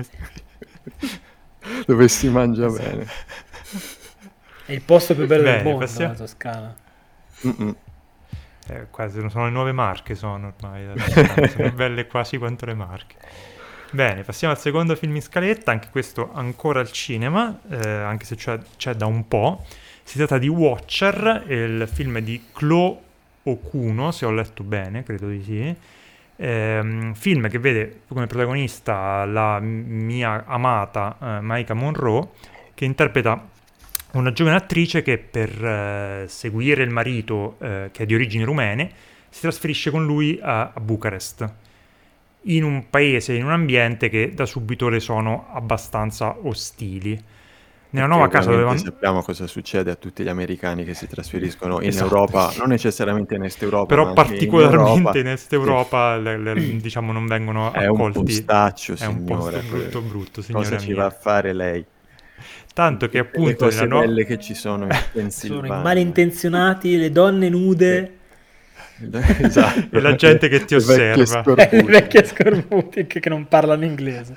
[SPEAKER 3] Dove si mangia bene.
[SPEAKER 4] È il posto più bello
[SPEAKER 2] Bene,
[SPEAKER 4] del mondo,
[SPEAKER 2] passiamo-
[SPEAKER 4] la Toscana.
[SPEAKER 3] Mm-mm.
[SPEAKER 2] Eh, quasi, sono le nuove Marche sono ormai, la Toscana, sono belle quasi quanto le Marche. Bene, passiamo al secondo film in scaletta, anche questo ancora al cinema, eh, anche se c'è, c'è da un po'. Si tratta di Watcher, il film di Chloe Okuno, se ho letto bene, credo di sì. Ehm, film che vede come protagonista la m- mia amata eh, Maika Monroe, che interpreta una giovane attrice che per eh, seguire il marito, eh, che è di origini rumene, si trasferisce con lui a, a Bucarest, in un paese, in un ambiente che da subito le sono abbastanza ostili. Nella
[SPEAKER 3] Perché
[SPEAKER 2] nuova casa dove
[SPEAKER 3] ovviamente
[SPEAKER 2] vanno...
[SPEAKER 3] sappiamo cosa succede a tutti gli americani che si trasferiscono in
[SPEAKER 2] Esatto.
[SPEAKER 3] Europa, non necessariamente in Est Europa,
[SPEAKER 2] Però
[SPEAKER 3] ma anche in
[SPEAKER 2] particolarmente
[SPEAKER 3] Europa.
[SPEAKER 2] in Est Europa, le- le- diciamo, non vengono
[SPEAKER 3] È un
[SPEAKER 2] accolti.
[SPEAKER 3] postaccio,
[SPEAKER 2] È un posto
[SPEAKER 3] signora.
[SPEAKER 2] brutto, brutto, signora
[SPEAKER 3] Cosa ci
[SPEAKER 2] mia.
[SPEAKER 3] va a fare lei?
[SPEAKER 2] Tanto che
[SPEAKER 3] Tutte le
[SPEAKER 2] appunto
[SPEAKER 3] cose
[SPEAKER 2] nella nuova...
[SPEAKER 3] belle che ci sono in
[SPEAKER 4] Sono i
[SPEAKER 3] Pennsylvania.
[SPEAKER 4] malintenzionati, le donne nude,
[SPEAKER 3] Esatto.
[SPEAKER 2] E la gente che ti
[SPEAKER 3] Le vecchie
[SPEAKER 2] osserva.
[SPEAKER 4] e le
[SPEAKER 3] scorbuti.
[SPEAKER 4] vecchie scorbuti che che non parlano inglese.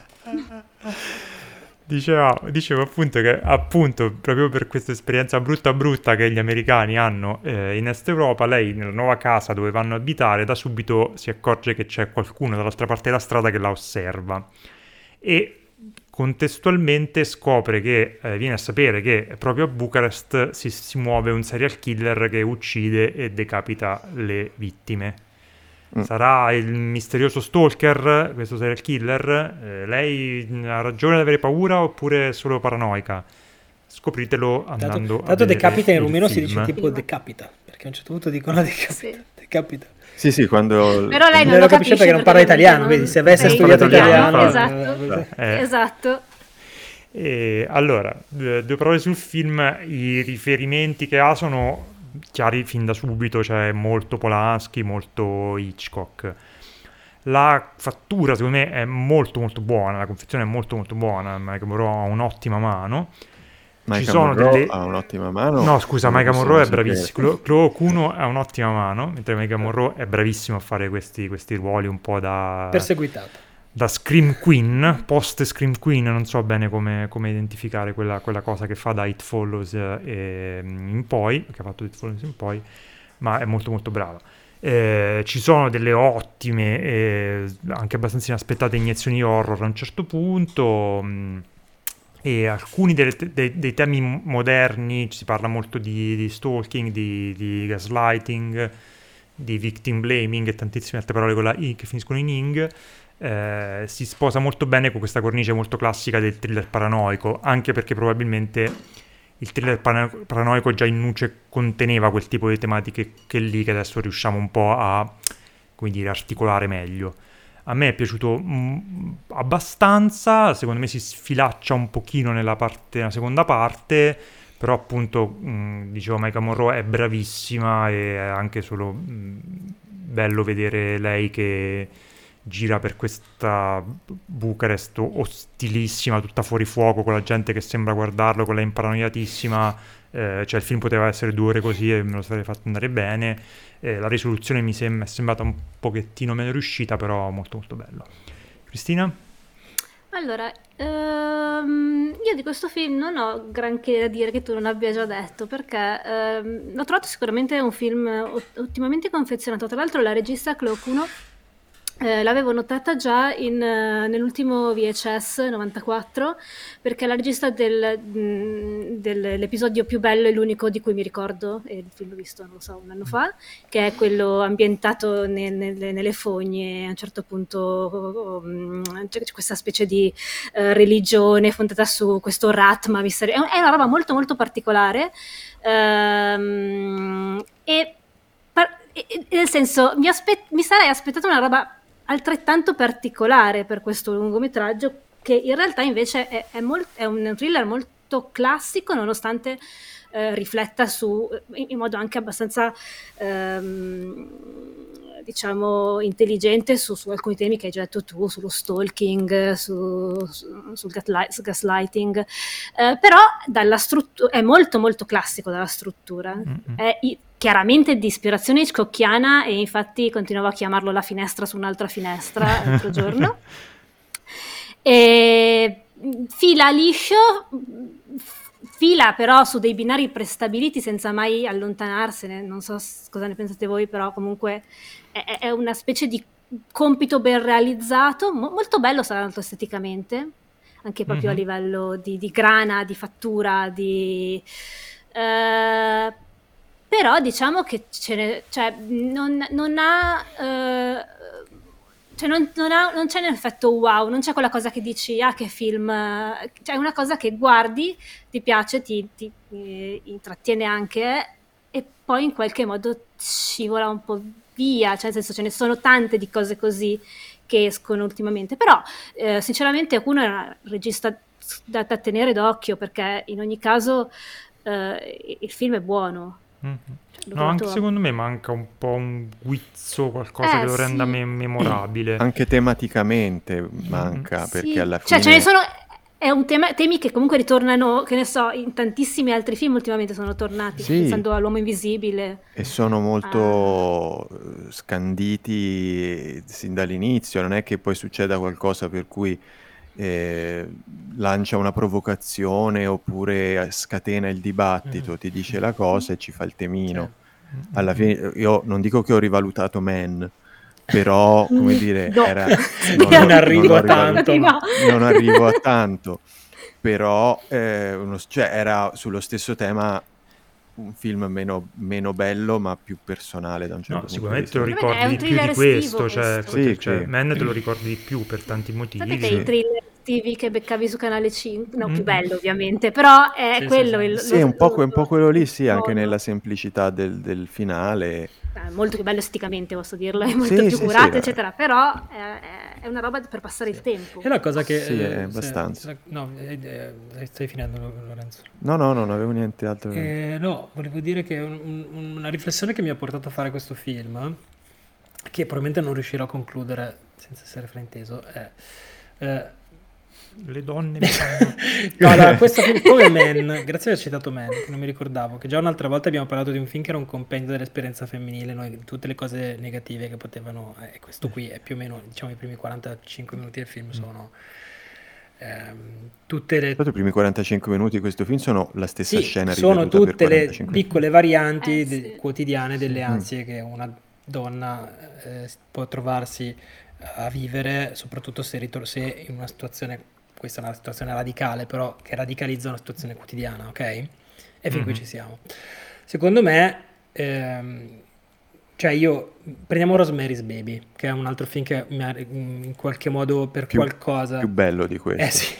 [SPEAKER 2] Diceva, dicevo appunto che appunto proprio per questa esperienza brutta brutta che gli americani hanno eh, in Est Europa, lei nella nuova casa dove vanno a abitare da subito si accorge che c'è qualcuno dall'altra parte della strada che la osserva e contestualmente scopre che eh, viene a sapere che proprio a Bucarest si, si muove un serial killer che uccide e decapita le vittime.
[SPEAKER 3] Mm.
[SPEAKER 2] Sarà il misterioso stalker, questo serial killer? Eh, lei ha ragione di avere paura oppure è solo paranoica? Scopritelo andando
[SPEAKER 4] Tanto,
[SPEAKER 2] a
[SPEAKER 4] tanto
[SPEAKER 2] vedere
[SPEAKER 4] decapita in
[SPEAKER 2] il
[SPEAKER 4] rumeno si
[SPEAKER 2] film.
[SPEAKER 4] dice tipo decapita, perché a un certo punto dicono decapita.
[SPEAKER 5] Sì.
[SPEAKER 4] decapita.
[SPEAKER 3] Sì, sì, quando...
[SPEAKER 5] Però lei non
[SPEAKER 4] Non
[SPEAKER 5] lo
[SPEAKER 4] lo capisce perché non parla italiano,
[SPEAKER 5] non-
[SPEAKER 4] vedi, se avesse
[SPEAKER 5] è
[SPEAKER 2] studiato italiano,
[SPEAKER 5] esatto.
[SPEAKER 2] Eh.
[SPEAKER 5] Esatto.
[SPEAKER 2] E allora, due due parole sul film, i riferimenti che ha sono chiari fin da subito, cioè molto Polanski, molto Hitchcock. La fattura secondo me è molto molto buona, la confezione è molto molto buona, Maika Monroe ha un'ottima mano.
[SPEAKER 3] Maika
[SPEAKER 2] Ci sono
[SPEAKER 3] Monroe
[SPEAKER 2] delle...
[SPEAKER 3] ha un'ottima mano.
[SPEAKER 2] No, scusa,
[SPEAKER 3] come
[SPEAKER 2] Maika
[SPEAKER 3] possiamo
[SPEAKER 2] Monroe è
[SPEAKER 3] sapere?
[SPEAKER 2] bravissimo. Chloe- Chloe Okuno ha un'ottima mano, mentre Maika Monroe è bravissimo a fare questi, questi ruoli un po' da...
[SPEAKER 4] Perseguitata.
[SPEAKER 2] da Scream Queen, post Scream Queen, non so bene come, come identificare quella, quella cosa che fa da It Follows eh, in poi, che ha fatto It Follows in poi, ma è molto molto brava. Eh, ci sono delle ottime, eh, anche abbastanza inaspettate iniezioni horror a un certo punto, mh, e alcuni delle- dei, dei temi moderni, si parla molto di, di stalking, di, di gaslighting, di victim blaming e tantissime altre parole con la I che finiscono in ing. Eh, si sposa molto bene con questa cornice molto classica del thriller paranoico, anche perché probabilmente il thriller pana- paranoico già in nuce conteneva quel tipo di tematiche che lì che adesso riusciamo un po' a, come dire, articolare meglio. A me è piaciuto mh, abbastanza, secondo me si sfilaccia un pochino nella parte, nella seconda parte, però appunto, mh, dicevo, Maika Monroe è bravissima e è anche solo mh, bello vedere lei che gira per questa Bucarest ostilissima, tutta fuori fuoco, con la gente che sembra guardarlo, con lei imparanoiatissima. Eh, cioè il film poteva essere due ore così e me lo sarei fatto andare bene. Eh, la risoluzione mi sem- è sembrata un pochettino meno riuscita, però molto molto bello. Cristina?
[SPEAKER 5] Allora, ehm, io di questo film non ho granché da dire che tu non abbia già detto, perché ehm, l'ho trovato sicuramente un film ot- ottimamente confezionato. Tra l'altro la regista Chloe Okuno eh, l'avevo notata già in, eh, nell'ultimo V H S novantaquattro, perché è la regista del, mh, dell'episodio più bello e l'unico di cui mi ricordo, e il film l'ho visto, non lo so, un anno fa, che è quello ambientato ne- nelle, nelle fogne. A un certo punto um, c'è c'è questa specie di eh, religione fondata su questo Ratma misterioso. È un- è una roba molto molto particolare, ehm, e, par- e- e- nel senso mi, aspe- mi sarei aspettata una roba altrettanto particolare per questo lungometraggio, che in realtà invece è, è, mol- è un thriller molto classico, nonostante eh, rifletta su, in, in modo anche abbastanza ehm, diciamo intelligente su, su alcuni temi che hai già detto tu, sullo stalking, su, su, sul gaslight, gaslighting, eh, però dalla struttura è molto molto classico dalla struttura, mm-hmm. è i, chiaramente di ispirazione hitchcockiana, e infatti continuavo a chiamarlo La finestra su un'altra finestra l'altro giorno. E fila liscio, fila però su dei binari prestabiliti senza mai allontanarsene, non so cosa ne pensate voi, però comunque è, è una specie di compito ben realizzato, mo- molto bello tra l'altro esteticamente, anche proprio mm-hmm. a livello di, di grana, di fattura, di... Uh, però diciamo che ce ne, cioè, non, non ha... Uh, Cioè non, non, ha, non c'è un effetto wow, non c'è quella cosa che dici ah che film, cioè è una cosa che guardi, ti piace, ti, ti, ti intrattiene anche, e poi in qualche modo scivola un po' via, cioè nel senso ce ne sono tante di cose così che escono ultimamente, però eh, sinceramente Okuno è un regista da, da tenere d'occhio, perché in ogni caso eh, il film è buono.
[SPEAKER 2] Mm-hmm. No, anche secondo me manca un po' un guizzo, qualcosa
[SPEAKER 5] eh,
[SPEAKER 2] che lo renda
[SPEAKER 5] sì.
[SPEAKER 2] me- memorabile.
[SPEAKER 3] Anche tematicamente manca, mm-hmm. perché
[SPEAKER 5] sì.
[SPEAKER 3] alla fine...
[SPEAKER 5] Cioè ce ne sono... È un tema, temi che comunque ritornano, che ne so, in tantissimi altri film ultimamente sono tornati, sì. pensando all'Uomo Invisibile.
[SPEAKER 3] E sono molto ah. scanditi sin dall'inizio, non è che poi succeda qualcosa per cui eh, lancia una provocazione oppure scatena il dibattito, mm. ti dice la cosa e ci fa il temino. Sì. Alla fine, io non dico che ho rivalutato Man, però come dire
[SPEAKER 5] no.
[SPEAKER 3] era
[SPEAKER 4] non, non arrivo a tanto
[SPEAKER 5] no.
[SPEAKER 3] non arrivo a tanto però eh, uno, cioè, era sullo stesso tema un film meno, meno bello ma più personale da un certo
[SPEAKER 2] no,
[SPEAKER 3] punto
[SPEAKER 2] sicuramente
[SPEAKER 3] di
[SPEAKER 2] lo ricordi di più di questo, cioè,
[SPEAKER 3] questo. Sì,
[SPEAKER 2] cioè
[SPEAKER 3] sì.
[SPEAKER 2] Man te lo ricordi di più per tanti motivi.
[SPEAKER 5] Sapete
[SPEAKER 2] sì.
[SPEAKER 5] i thriller estivi che beccavi su Canale cinque? No, mm. più bello ovviamente, però è sì, sì,
[SPEAKER 3] sì.
[SPEAKER 5] quello il,
[SPEAKER 3] sì,
[SPEAKER 5] lo,
[SPEAKER 3] un po',
[SPEAKER 5] lo,
[SPEAKER 3] un po' quello lì, sì,
[SPEAKER 5] lo,
[SPEAKER 3] anche nella semplicità del, del finale.
[SPEAKER 5] Eh, molto più bello esteticamente, posso dirlo, è molto
[SPEAKER 3] sì,
[SPEAKER 5] più
[SPEAKER 3] sì,
[SPEAKER 5] curato,
[SPEAKER 3] sì,
[SPEAKER 5] eccetera, però è, è una roba per passare
[SPEAKER 4] sì.
[SPEAKER 5] il tempo.
[SPEAKER 4] È una cosa che...
[SPEAKER 3] Sì,
[SPEAKER 4] eh,
[SPEAKER 3] è abbastanza.
[SPEAKER 4] Se, no, eh, eh, stai finendo, Lorenzo.
[SPEAKER 3] No, no, non avevo niente altro.
[SPEAKER 4] Eh, no, volevo dire che un, un, una riflessione che mi ha portato a fare questo film, che probabilmente non riuscirò a concludere senza essere frainteso, è... Eh,
[SPEAKER 2] le donne mi fanno...
[SPEAKER 4] no, allora, questo film come Man, grazie per aver citato Man, che non mi ricordavo, che già un'altra volta abbiamo parlato di un film che era un compendio dell'esperienza femminile, noi, tutte le cose negative che potevano, eh, questo qui è più o meno, diciamo, i primi quarantacinque minuti del film sono ehm, tutte le...
[SPEAKER 3] i primi quarantacinque minuti di questo film sono la stessa
[SPEAKER 4] sì,
[SPEAKER 3] scena
[SPEAKER 4] sono tutte le piccole varianti
[SPEAKER 5] eh, sì.
[SPEAKER 4] de- quotidiane delle ansie
[SPEAKER 3] mm.
[SPEAKER 4] che una donna eh, può trovarsi a vivere, soprattutto se, ritor- se in una situazione, questa è una situazione radicale, però che radicalizza una situazione quotidiana, ok? E fin mm-hmm. qui ci siamo. Secondo me, ehm, cioè io, prendiamo Rosemary's Baby, che è un altro film che mi ha in qualche modo per
[SPEAKER 3] più,
[SPEAKER 4] qualcosa...
[SPEAKER 3] più bello di questo.
[SPEAKER 4] Eh sì,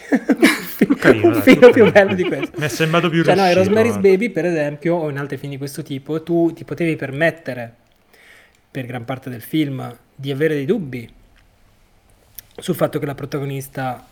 [SPEAKER 4] un film più bello di questo.
[SPEAKER 2] Mi è sembrato più
[SPEAKER 4] cioè,
[SPEAKER 2] riuscito.
[SPEAKER 4] No, Rosemary's Baby, per esempio, o in altri film di questo tipo, tu ti potevi permettere, per gran parte del film, di avere dei dubbi sul fatto che la protagonista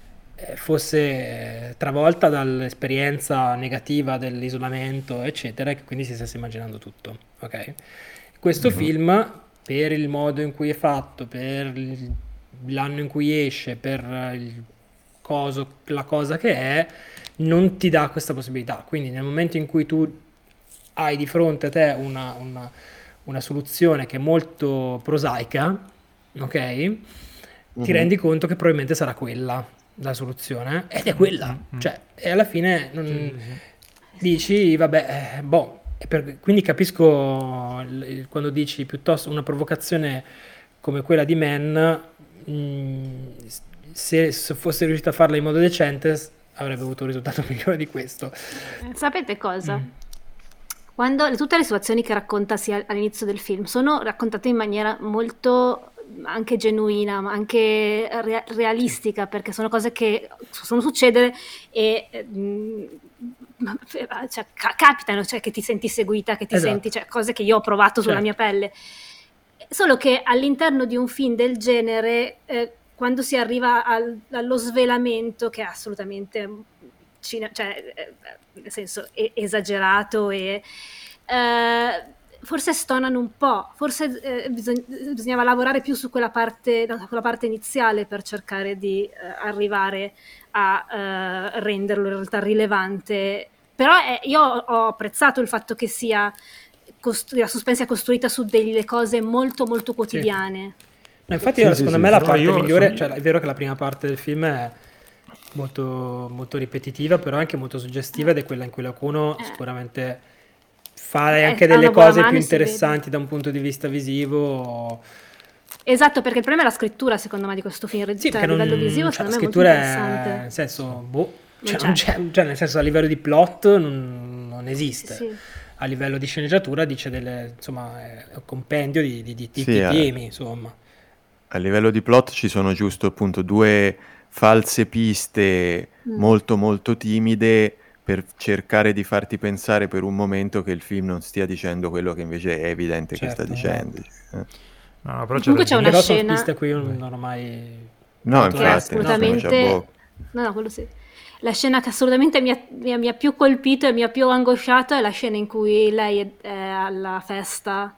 [SPEAKER 4] fosse travolta dall'esperienza negativa dell'isolamento, eccetera, e che quindi si stesse immaginando tutto, ok? Questo mm-hmm. film, per il modo in cui è fatto, per il, l'anno in cui esce, per il coso, la cosa che è, non ti dà questa possibilità. Quindi nel momento in cui tu hai di fronte a te una, una, una soluzione che è molto prosaica, ok? Mm-hmm. Ti rendi conto che probabilmente sarà quella la soluzione, ed è quella, mm-hmm. cioè, e alla fine non, sì, sì. dici, vabbè, eh, boh, e per, quindi capisco il, il, quando dici piuttosto una provocazione come quella di Man, mh, se, se fosse riuscito a farla in modo decente avrebbe avuto un risultato migliore di questo.
[SPEAKER 5] Sapete cosa?
[SPEAKER 4] Mm.
[SPEAKER 5] Quando tutte le situazioni che racconta sia all'inizio del film sono raccontate in maniera molto anche genuina, ma anche re- realistica, perché sono cose che possono succedere e mh, cioè, ca- capitano, cioè che ti senti seguita, che ti
[SPEAKER 4] esatto.
[SPEAKER 5] senti, cioè cose che io ho provato sulla certo. mia pelle. Solo che all'interno di un film del genere, eh, quando si arriva al, allo svelamento, che è assolutamente cine- cioè, eh, nel senso e- esagerato e eh, forse stonano un po', forse eh, bisog- bisognava lavorare più su quella parte, su quella parte iniziale per cercare di eh, arrivare a eh, renderlo in realtà rilevante, però eh, io ho apprezzato il fatto che sia costru- la suspense è costruita su delle cose molto molto quotidiane.
[SPEAKER 4] Sì. No, infatti
[SPEAKER 3] Sì,
[SPEAKER 4] io,
[SPEAKER 3] sì,
[SPEAKER 4] secondo
[SPEAKER 3] sì,
[SPEAKER 4] me la
[SPEAKER 2] però
[SPEAKER 4] parte
[SPEAKER 2] io
[SPEAKER 4] migliore,
[SPEAKER 2] sono-
[SPEAKER 4] cioè è vero che la prima parte del film è molto, molto ripetitiva, però anche molto suggestiva ed è quella in cui Lacuno
[SPEAKER 5] Eh.
[SPEAKER 4] sicuramente fa
[SPEAKER 5] Eh,
[SPEAKER 4] anche
[SPEAKER 5] ha
[SPEAKER 4] delle
[SPEAKER 5] una buona
[SPEAKER 4] cose
[SPEAKER 5] mano
[SPEAKER 4] più
[SPEAKER 5] e si vede.
[SPEAKER 4] interessanti da un punto di vista visivo.
[SPEAKER 5] Esatto, perché il problema è la scrittura, secondo me, di questo film.
[SPEAKER 4] Sì,
[SPEAKER 5] Cioè,
[SPEAKER 4] perché
[SPEAKER 5] a
[SPEAKER 4] non,
[SPEAKER 5] livello visivo,
[SPEAKER 4] cioè, la
[SPEAKER 5] secondo me, è molto
[SPEAKER 4] scrittura è,
[SPEAKER 5] interessante.
[SPEAKER 4] nel senso, boh, cioè,
[SPEAKER 5] Non
[SPEAKER 4] non
[SPEAKER 5] c'è.
[SPEAKER 4] c'è, cioè, nel senso a livello di plot non, non esiste.
[SPEAKER 5] Sì.
[SPEAKER 4] A livello di sceneggiatura dice delle, insomma, è un compendio di, di, di, di
[SPEAKER 3] Sì, eh.
[SPEAKER 4] temi, insomma.
[SPEAKER 3] A livello di plot ci sono giusto appunto due false piste
[SPEAKER 5] Mm.
[SPEAKER 3] molto molto timide per cercare di farti pensare per un momento che il film non stia dicendo quello che invece è evidente che sta
[SPEAKER 4] Certo,
[SPEAKER 3] dicendo. Eh.
[SPEAKER 2] No, no, però c'è
[SPEAKER 5] Comunque c'è una
[SPEAKER 4] Però sono
[SPEAKER 5] scena
[SPEAKER 4] piste a cui io non ho mai...
[SPEAKER 3] No,
[SPEAKER 4] tanto
[SPEAKER 5] che è
[SPEAKER 3] infatti,
[SPEAKER 4] letto,
[SPEAKER 3] non sono
[SPEAKER 5] assolutamente
[SPEAKER 3] già boh.
[SPEAKER 5] no, no, quello sì. La scena che assolutamente mi ha, mi ha- mi ha più colpito e mi ha più angosciato è la scena in cui lei è, è alla festa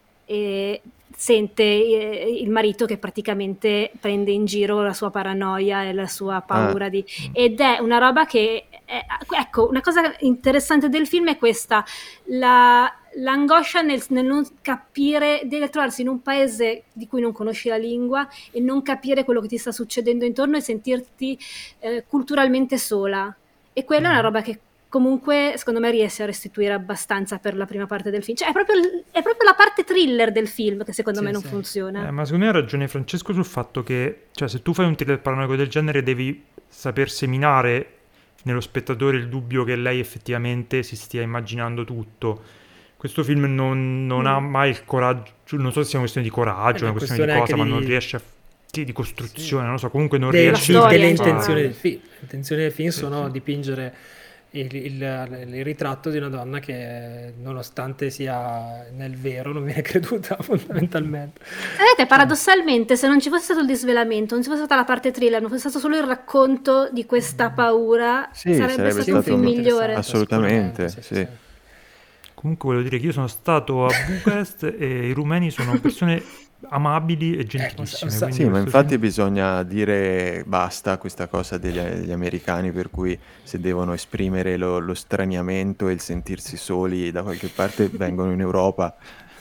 [SPEAKER 5] e sente eh, il marito che praticamente prende in giro la sua paranoia e la sua paura di... ed è una roba che è- ecco, una cosa interessante del film è questa, la- l'angoscia nel, nel non capire, di trovarsi in un paese di cui non conosci la lingua e non capire quello che ti sta succedendo intorno e sentirti eh, culturalmente sola, e quella è una roba che comunque secondo me riesce a restituire abbastanza per la prima parte del film, cioè è proprio, il- è proprio la parte thriller del film che secondo
[SPEAKER 4] Sì,
[SPEAKER 5] me non
[SPEAKER 4] sì.
[SPEAKER 5] funziona.
[SPEAKER 2] Eh, ma secondo me ha ragione Francesco sul fatto che, cioè, se tu fai un thriller paranoico del genere devi saper seminare nello spettatore il dubbio che lei effettivamente si stia immaginando tutto. Questo film non, non
[SPEAKER 5] Mm.
[SPEAKER 2] ha mai il coraggio, non so se sia una questione di coraggio,
[SPEAKER 4] È
[SPEAKER 2] una
[SPEAKER 4] una
[SPEAKER 2] questione di
[SPEAKER 4] questione
[SPEAKER 2] cosa,
[SPEAKER 4] anche
[SPEAKER 2] ma non
[SPEAKER 4] di-
[SPEAKER 2] riesce a... Sì, di costruzione, non lo so, comunque non
[SPEAKER 4] De-
[SPEAKER 2] riesce
[SPEAKER 4] sì,
[SPEAKER 5] La storia
[SPEAKER 4] delle
[SPEAKER 5] in
[SPEAKER 4] intenzioni
[SPEAKER 5] generale.
[SPEAKER 4] del film. Le intenzioni del film
[SPEAKER 2] Sì,
[SPEAKER 4] sono
[SPEAKER 2] sì.
[SPEAKER 4] dipingere il, il- il ritratto di una donna che, nonostante sia nel vero, non viene creduta fondamentalmente.
[SPEAKER 5] Vedete, paradossalmente, se non ci fosse stato il disvelamento, non ci fosse stata la parte thriller, non fosse stato solo il racconto di questa paura,
[SPEAKER 3] Sì,
[SPEAKER 5] sarebbe,
[SPEAKER 3] sarebbe
[SPEAKER 5] stato un
[SPEAKER 3] stato
[SPEAKER 5] film migliore.
[SPEAKER 3] Assolutamente,
[SPEAKER 4] Sicuramente,
[SPEAKER 3] sì.
[SPEAKER 2] Comunque volevo dire che io sono stato a Bucarest e i rumeni sono persone amabili e gentilissime.
[SPEAKER 4] un sa-
[SPEAKER 2] quindi
[SPEAKER 3] Sì, ma
[SPEAKER 2] questo
[SPEAKER 3] infatti
[SPEAKER 2] film-
[SPEAKER 3] bisogna dire basta a questa cosa degli, degli americani per cui se devono esprimere lo, lo straniamento e il sentirsi soli da qualche parte vengono in Europa.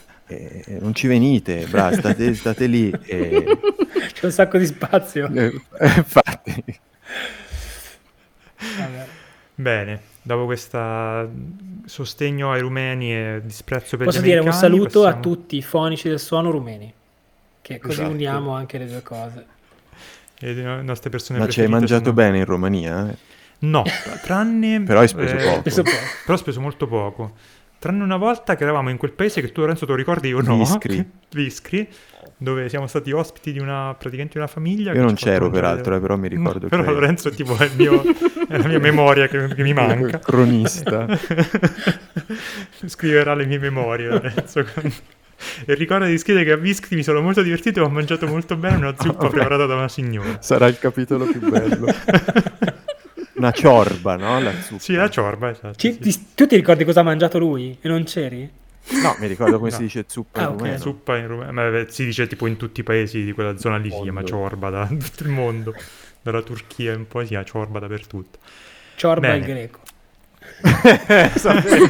[SPEAKER 3] E non ci venite, bravo, state, state lì. E...
[SPEAKER 4] C'è un sacco di spazio.
[SPEAKER 3] eh, infatti,
[SPEAKER 4] Vabbè.
[SPEAKER 2] Bene, dopo questo sostegno ai rumeni e disprezzo per
[SPEAKER 4] Posso
[SPEAKER 2] gli
[SPEAKER 4] dire un
[SPEAKER 2] americani,
[SPEAKER 4] saluto a
[SPEAKER 2] passiamo-
[SPEAKER 4] tutti i fonici del suono rumeni, che così
[SPEAKER 3] Esatto.
[SPEAKER 4] uniamo anche le due cose.
[SPEAKER 2] e le nostre persone
[SPEAKER 3] ma ci hai
[SPEAKER 2] preferite
[SPEAKER 3] mangiato
[SPEAKER 2] sono-
[SPEAKER 3] bene in Romania? eh?
[SPEAKER 2] No, tranne...
[SPEAKER 3] Però hai speso
[SPEAKER 2] eh,
[SPEAKER 3] poco.
[SPEAKER 4] Speso poco.
[SPEAKER 2] Però ho speso molto poco. Tranne una volta che eravamo in quel paese che tu Lorenzo te lo ricordi, io no.
[SPEAKER 3] Viscri.
[SPEAKER 2] Viscri, dove siamo stati ospiti di una, praticamente di una famiglia.
[SPEAKER 3] Io
[SPEAKER 2] che
[SPEAKER 3] non
[SPEAKER 2] ci ha fatto
[SPEAKER 3] c'ero
[SPEAKER 2] mangiare-
[SPEAKER 3] peraltro, eh, però mi ricordo
[SPEAKER 2] No, però
[SPEAKER 3] quello.
[SPEAKER 2] Lorenzo tipo è, il mio, è la mia memoria che, che mi manca.
[SPEAKER 3] Cronista.
[SPEAKER 2] Scriverà le mie memorie Lorenzo. E ricorda di scrivere che a Viscri mi sono molto divertito e ho mangiato molto bene una zuppa
[SPEAKER 3] Vabbè.
[SPEAKER 2] preparata da una signora.
[SPEAKER 3] Sarà il capitolo più bello. Una ciorba, no? La zuppa.
[SPEAKER 2] Sì, la ciorba, esatto.
[SPEAKER 4] Ci-
[SPEAKER 2] sì.
[SPEAKER 4] ti- tu ti ricordi cosa ha mangiato lui e non c'eri?
[SPEAKER 3] No, mi ricordo come
[SPEAKER 2] No.
[SPEAKER 3] si dice zuppa
[SPEAKER 4] Ah,
[SPEAKER 3] in
[SPEAKER 4] ok.
[SPEAKER 3] rumeno.
[SPEAKER 2] Zuppa in Rumeno, ma vabbè, si dice tipo in tutti i paesi di quella zona lì si chiama
[SPEAKER 3] Mondo.
[SPEAKER 2] ciorba da tutto il mondo, dalla Turchia in poi si chiama ciorba dappertutto.
[SPEAKER 4] Ciorba
[SPEAKER 2] Bene.
[SPEAKER 4] il greco.
[SPEAKER 3] Sapevo.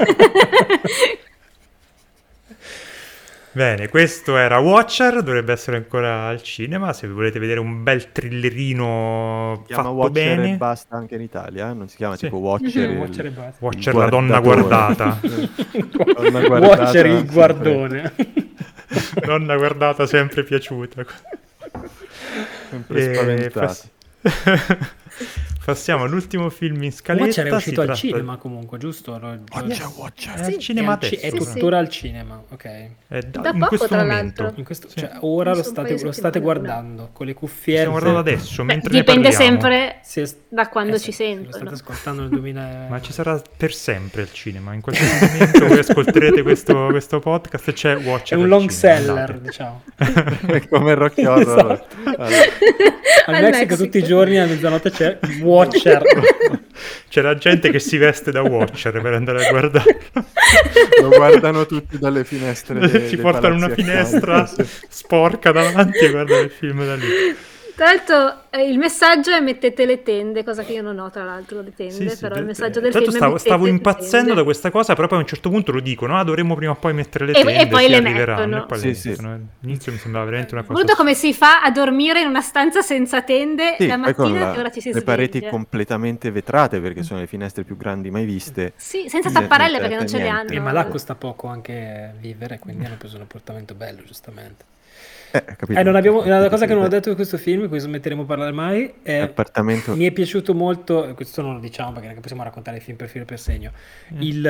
[SPEAKER 2] Bene, questo era Watcher, dovrebbe essere ancora al cinema, se volete vedere un bel thrillerino
[SPEAKER 3] Si chiama
[SPEAKER 2] fatto
[SPEAKER 3] Watcher
[SPEAKER 2] bene.
[SPEAKER 3] e basta anche in Italia, eh? Non si chiama
[SPEAKER 2] Sì.
[SPEAKER 3] tipo Watcher. il-
[SPEAKER 4] Watcher e basta.
[SPEAKER 2] Watcher,
[SPEAKER 3] il
[SPEAKER 2] la donna
[SPEAKER 3] guardatore.
[SPEAKER 2] guardata.
[SPEAKER 3] Donna guardata,
[SPEAKER 4] Watcher il
[SPEAKER 3] sempre.
[SPEAKER 4] guardone.
[SPEAKER 2] Donna guardata, sempre piaciuta.
[SPEAKER 3] Sempre
[SPEAKER 2] E
[SPEAKER 3] spaventata.
[SPEAKER 2] pass- Passiamo all'ultimo film in scaletta.
[SPEAKER 4] Watcher è
[SPEAKER 2] si
[SPEAKER 4] uscito al
[SPEAKER 2] tratta-
[SPEAKER 4] cinema comunque, giusto? Lo-
[SPEAKER 3] Watcher,
[SPEAKER 4] lo-
[SPEAKER 3] Watcher.
[SPEAKER 2] È al
[SPEAKER 5] Sì,
[SPEAKER 2] cinema
[SPEAKER 4] è, al ci-
[SPEAKER 2] adesso.
[SPEAKER 4] è
[SPEAKER 5] Sì,
[SPEAKER 4] tuttora al cinema, ok.
[SPEAKER 2] È da,
[SPEAKER 5] Da
[SPEAKER 2] in
[SPEAKER 5] poco,
[SPEAKER 2] questo
[SPEAKER 5] tra
[SPEAKER 2] momento.
[SPEAKER 5] l'altro.
[SPEAKER 4] In questo,
[SPEAKER 2] Sì.
[SPEAKER 4] cioè, ora lo
[SPEAKER 5] Sono un
[SPEAKER 4] state,
[SPEAKER 5] paio di
[SPEAKER 4] lo state
[SPEAKER 5] settimane,
[SPEAKER 4] guardando con le
[SPEAKER 2] Stiamo
[SPEAKER 4] cuffiette.
[SPEAKER 2] guardando adesso,
[SPEAKER 5] Beh,
[SPEAKER 2] mentre ne
[SPEAKER 5] dipende
[SPEAKER 2] parliamo.
[SPEAKER 5] sempre
[SPEAKER 4] Si è-
[SPEAKER 5] da quando
[SPEAKER 4] eh
[SPEAKER 5] ci
[SPEAKER 4] sì, Lo
[SPEAKER 5] sentono.
[SPEAKER 4] state ascoltando nel duemila.
[SPEAKER 2] Ma ci sarà per sempre il cinema. In qualsiasi momento voi ascolterete questo, questo podcast e c'è Watcher.
[SPEAKER 4] È un
[SPEAKER 2] al
[SPEAKER 4] long
[SPEAKER 2] cinema,
[SPEAKER 4] seller,
[SPEAKER 2] andate.
[SPEAKER 4] diciamo.
[SPEAKER 3] È come il Rocky Horror.
[SPEAKER 4] Esatto.
[SPEAKER 3] Allora,
[SPEAKER 4] Al
[SPEAKER 5] Al
[SPEAKER 4] Messico
[SPEAKER 5] Messico.
[SPEAKER 4] tutti i giorni a mezzanotte c'è Watcher.
[SPEAKER 2] C'è la gente che si veste da Watcher per andare a guardare.
[SPEAKER 3] Lo guardano tutti dalle finestre. De,
[SPEAKER 2] Ci
[SPEAKER 3] dei
[SPEAKER 2] portano una
[SPEAKER 3] palazzi
[SPEAKER 2] finestra
[SPEAKER 3] accanto, sì.
[SPEAKER 2] sporca davanti e guardano il film da lì.
[SPEAKER 5] Tra l'altro eh, il messaggio è mettete le tende, cosa che io non ho tra l'altro le tende,
[SPEAKER 2] Sì, sì,
[SPEAKER 5] però
[SPEAKER 2] de-
[SPEAKER 5] il messaggio del
[SPEAKER 2] tra l'altro
[SPEAKER 5] film
[SPEAKER 2] stavo,
[SPEAKER 5] è
[SPEAKER 2] stavo
[SPEAKER 5] mettete le
[SPEAKER 2] impazzendo
[SPEAKER 5] tende.
[SPEAKER 2] da questa cosa, però poi a un certo punto lo dicono, ah dovremmo prima o poi mettere le
[SPEAKER 5] E-
[SPEAKER 2] tende,
[SPEAKER 5] e poi
[SPEAKER 2] si
[SPEAKER 5] le
[SPEAKER 2] arriveranno,
[SPEAKER 5] mettono.
[SPEAKER 2] e poi
[SPEAKER 3] Sì,
[SPEAKER 2] le
[SPEAKER 3] sì.
[SPEAKER 2] mettono. All'inizio mi sembrava veramente una cosa
[SPEAKER 5] Brutto come si fa a dormire in una stanza senza tende
[SPEAKER 3] Sì,
[SPEAKER 5] la
[SPEAKER 3] poi con
[SPEAKER 5] mattina
[SPEAKER 3] la-
[SPEAKER 5] che ora ci si
[SPEAKER 3] le
[SPEAKER 5] sveglia.
[SPEAKER 3] pareti completamente vetrate perché sono le finestre più grandi mai viste.
[SPEAKER 5] Sì, senza
[SPEAKER 3] Sì,
[SPEAKER 5] tapparelle
[SPEAKER 3] non
[SPEAKER 5] perché non ce le
[SPEAKER 3] niente.
[SPEAKER 5] hanno.
[SPEAKER 4] Eh, ma là costa poco anche vivere, quindi hanno preso un appartamento bello, giustamente.
[SPEAKER 3] Eh, capito?
[SPEAKER 4] Eh, non abbiamo, una
[SPEAKER 3] Tutti
[SPEAKER 4] cosa che non ho
[SPEAKER 3] sì,
[SPEAKER 4] detto di questo film, di cui smetteremo di parlare mai, è
[SPEAKER 3] Appartamento.
[SPEAKER 4] mi è piaciuto molto, e questo non lo diciamo perché non è che possiamo raccontare il film per filo e per segno, il,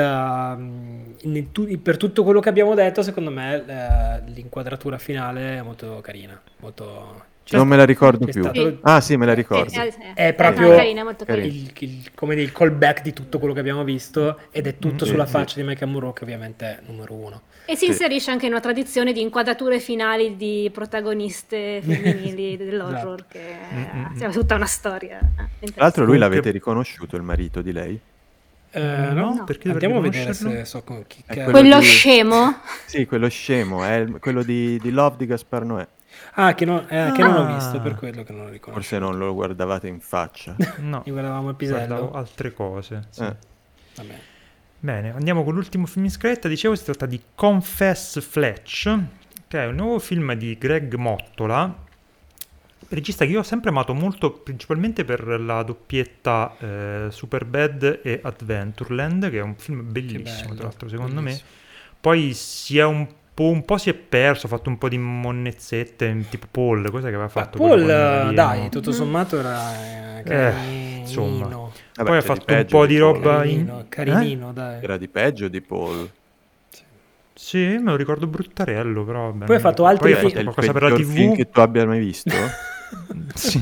[SPEAKER 4] um, in tu- per tutto quello che abbiamo detto, secondo me eh, l'inquadratura finale è molto carina, molto... c'è
[SPEAKER 3] Non me la ricordo
[SPEAKER 4] c'è
[SPEAKER 3] più.
[SPEAKER 4] stato-
[SPEAKER 3] Ah, sì, me la
[SPEAKER 5] Eh,
[SPEAKER 3] ricordo.
[SPEAKER 5] eh,
[SPEAKER 4] È
[SPEAKER 5] eh,
[SPEAKER 4] proprio
[SPEAKER 5] no, carina, molto
[SPEAKER 3] carina.
[SPEAKER 5] carina.
[SPEAKER 4] il, il- come dire, il callback di tutto quello che abbiamo visto, ed è tutto
[SPEAKER 3] Sì,
[SPEAKER 4] sulla
[SPEAKER 3] sì.
[SPEAKER 4] faccia di Michael Moore, che ovviamente è numero uno.
[SPEAKER 5] E si
[SPEAKER 3] Sì.
[SPEAKER 5] inserisce anche in una tradizione di inquadrature finali di protagoniste femminili dell'horror, che è è tutta una storia. eh,
[SPEAKER 3] Tra l'altro lui
[SPEAKER 2] Comunque-
[SPEAKER 3] l'avete riconosciuto, il marito di lei?
[SPEAKER 4] Eh,
[SPEAKER 2] No,
[SPEAKER 4] no?
[SPEAKER 2] perché
[SPEAKER 4] Andiamo a
[SPEAKER 2] dovrebbe
[SPEAKER 4] vedere se
[SPEAKER 2] conoscerlo?
[SPEAKER 4] so con chi
[SPEAKER 3] È
[SPEAKER 4] cazzo-
[SPEAKER 3] quello
[SPEAKER 5] Quello
[SPEAKER 3] di-
[SPEAKER 5] scemo?
[SPEAKER 3] Sì, quello scemo, è il- quello di, di Love di Gaspar Noè.
[SPEAKER 4] Ah, che, non, eh, che non ho
[SPEAKER 2] Ah.
[SPEAKER 4] visto, per quello che non lo riconosco.
[SPEAKER 3] Forse non lo guardavate in faccia.
[SPEAKER 2] No,
[SPEAKER 4] Io guardavamo il
[SPEAKER 2] guardavo
[SPEAKER 4] pisello.
[SPEAKER 2] altre cose. sì.
[SPEAKER 3] Eh.
[SPEAKER 4] Vabbè.
[SPEAKER 2] Bene, andiamo con l'ultimo film in scaletta. Dicevo, si tratta di Confess Fletch, che è un nuovo film di Greg Mottola, regista che io ho sempre amato molto, principalmente per la doppietta eh, Superbad e Adventureland, che è un film bellissimo,
[SPEAKER 4] bello,
[SPEAKER 2] tra l'altro, secondo
[SPEAKER 4] bellissimo.
[SPEAKER 2] me. Poi si è un po', un po' si è perso, ha fatto un po' di monnezzette, tipo Paul, cos'è che aveva fatto?
[SPEAKER 4] Paul,
[SPEAKER 2] quello con il alieno?
[SPEAKER 4] dai, tutto sommato era eh, carinino.
[SPEAKER 2] insomma.
[SPEAKER 3] Vabbè,
[SPEAKER 2] Poi ha
[SPEAKER 3] c'è di
[SPEAKER 2] fatto un
[SPEAKER 3] peggio
[SPEAKER 2] po'
[SPEAKER 3] di
[SPEAKER 2] di
[SPEAKER 3] Paul.
[SPEAKER 2] roba in...
[SPEAKER 4] Carinino, carinino, dai.
[SPEAKER 3] Era di peggio di Paul.
[SPEAKER 2] Sì, me lo ricordo bruttarello, però vabbè,
[SPEAKER 4] Poi ha
[SPEAKER 2] non mi
[SPEAKER 4] fatto
[SPEAKER 2] ricordo.
[SPEAKER 4] altri
[SPEAKER 2] Poi ha
[SPEAKER 4] film-
[SPEAKER 2] fatto
[SPEAKER 3] È il
[SPEAKER 2] qualcosa per la
[SPEAKER 3] peggior film
[SPEAKER 2] tivù.
[SPEAKER 3] che tu abbia mai visto?
[SPEAKER 2] Sì.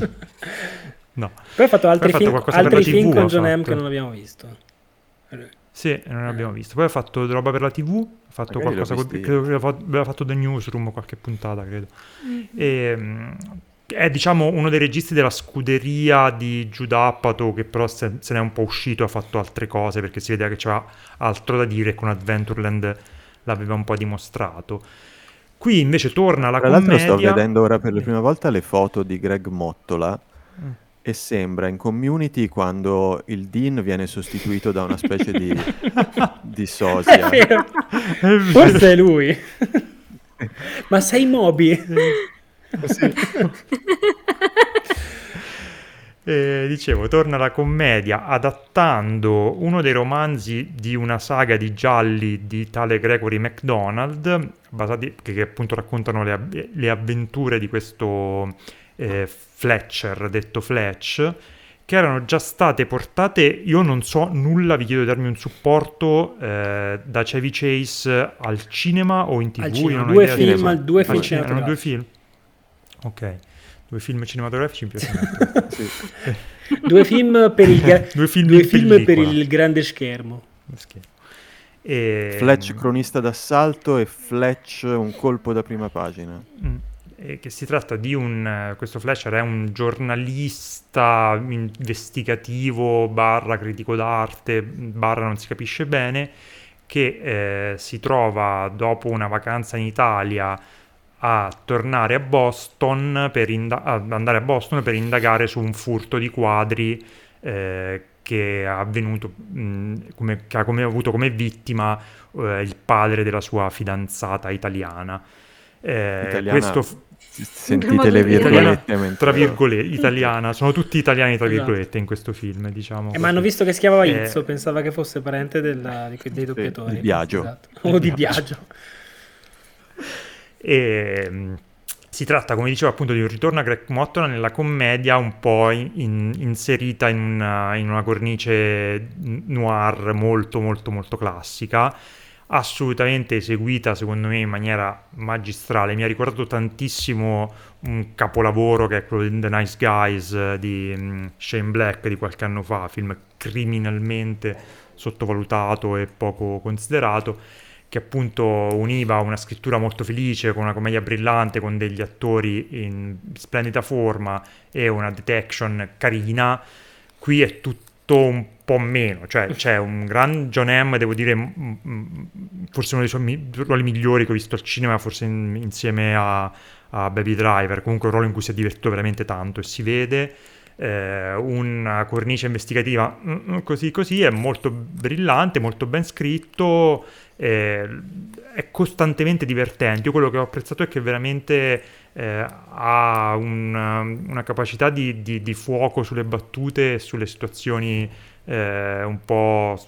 [SPEAKER 2] No.
[SPEAKER 4] Poi ha fatto altri
[SPEAKER 2] Poi ha fatto
[SPEAKER 4] film,
[SPEAKER 2] qualcosa per
[SPEAKER 4] altri
[SPEAKER 2] la
[SPEAKER 4] film
[SPEAKER 2] tivù,
[SPEAKER 4] con
[SPEAKER 2] ha
[SPEAKER 4] John Hamm
[SPEAKER 2] fatto.
[SPEAKER 4] che non abbiamo visto.
[SPEAKER 2] Sì, non l'abbiamo visto. Poi ha fatto roba per la tivù, ha fatto
[SPEAKER 3] Magari l'ho
[SPEAKER 2] qualcosa,
[SPEAKER 3] visti.
[SPEAKER 2] credo che aveva fatto, aveva fatto The Newsroom, qualche puntata, credo. E, mm, è diciamo uno dei registi della scuderia di Judd Apatow, che però se, se n'è un po' uscito, ha fatto altre cose perché si vedeva che c'era altro da dire e con Adventureland l'aveva un po' dimostrato. Qui invece torna la
[SPEAKER 3] Tra l'altro sto
[SPEAKER 2] commedia.
[SPEAKER 3] vedendo ora per la prima volta le foto di Greg Mottola
[SPEAKER 2] Mm.
[SPEAKER 3] e sembra in Community quando il Dean viene sostituito da una specie di, di sosia.
[SPEAKER 4] È vero. Forse è lui. Ma sei Moby?
[SPEAKER 2] Eh, dicevo, torna la commedia adattando uno dei romanzi di una saga di gialli di tale Gregory MacDonald, basati, che, che appunto raccontano le, av- le avventure di questo eh, Fletcher, detto Fletch, che erano già state portate, io non so nulla, vi chiedo di darmi un supporto, eh, da Chevy Chase al cinema o in tv,
[SPEAKER 4] Al
[SPEAKER 2] io
[SPEAKER 4] cinema,
[SPEAKER 2] non ho
[SPEAKER 4] due
[SPEAKER 2] idea di-
[SPEAKER 4] film,
[SPEAKER 3] Cinema.
[SPEAKER 4] due film
[SPEAKER 2] Al cinema, erano due
[SPEAKER 4] cinematografici.
[SPEAKER 2] film? Ok, due film cinematografici mi piace molto.
[SPEAKER 3] Sì.
[SPEAKER 4] Due film per il, gra-
[SPEAKER 2] Due film
[SPEAKER 4] due
[SPEAKER 2] in
[SPEAKER 4] film per
[SPEAKER 2] pellicola.
[SPEAKER 4] il grande schermo.
[SPEAKER 2] Schifo. E,
[SPEAKER 3] Fletch cronista d'assalto e Fletch un colpo da prima pagina.
[SPEAKER 2] mm, e che si tratta di un eh, questo Fletcher è un giornalista investigativo barra critico d'arte barra non si capisce bene, che eh, si trova dopo una vacanza in Italia a tornare a Boston per inda- ad andare a Boston per indagare su un furto di quadri eh, che è avvenuto mh, come, che ha come, avuto come vittima eh, il padre della sua fidanzata italiana. Eh,
[SPEAKER 3] Italiana,
[SPEAKER 2] questo f-
[SPEAKER 3] Sentite le
[SPEAKER 2] italiana,
[SPEAKER 3] virgolette mentre-
[SPEAKER 2] tra virgolette, italiana, sono tutti italiani tra
[SPEAKER 4] Esatto.
[SPEAKER 2] virgolette in questo film, diciamo.
[SPEAKER 4] Eh, ma hanno
[SPEAKER 2] così.
[SPEAKER 4] visto che si chiamava
[SPEAKER 2] Eh,
[SPEAKER 4] Izzo, pensava che fosse parente della- di que- dei doppiatori.
[SPEAKER 3] di Biagio.
[SPEAKER 4] Esatto. O di Biagio.
[SPEAKER 2] E mh, si tratta, come dicevo, appunto di un ritorno a Greg Mottola nella commedia un po' in- in- inserita in una, in una cornice noir molto molto molto classica, assolutamente eseguita secondo me in maniera magistrale. Mi ha ricordato tantissimo un capolavoro che è quello di The Nice Guys eh, di mh, Shane Black di qualche anno fa, film criminalmente sottovalutato e poco considerato, che appunto univa una scrittura molto felice con una commedia brillante, con degli attori in splendida forma e una detection carina, qui è tutto un po' meno, cioè c'è un gran Jon Hamm, devo dire, m- m- forse uno dei suoi mi- ruoli migliori che ho visto al cinema, forse in- insieme a, a Baby Driver, comunque un ruolo in cui si è divertito veramente tanto e si vede. Eh, una cornice investigativa mm, così così, è molto brillante, molto ben scritto, eh, è costantemente divertente. Io quello che ho apprezzato è che veramente eh, ha una, una capacità di, di, di fuoco sulle battute e sulle situazioni eh, un po'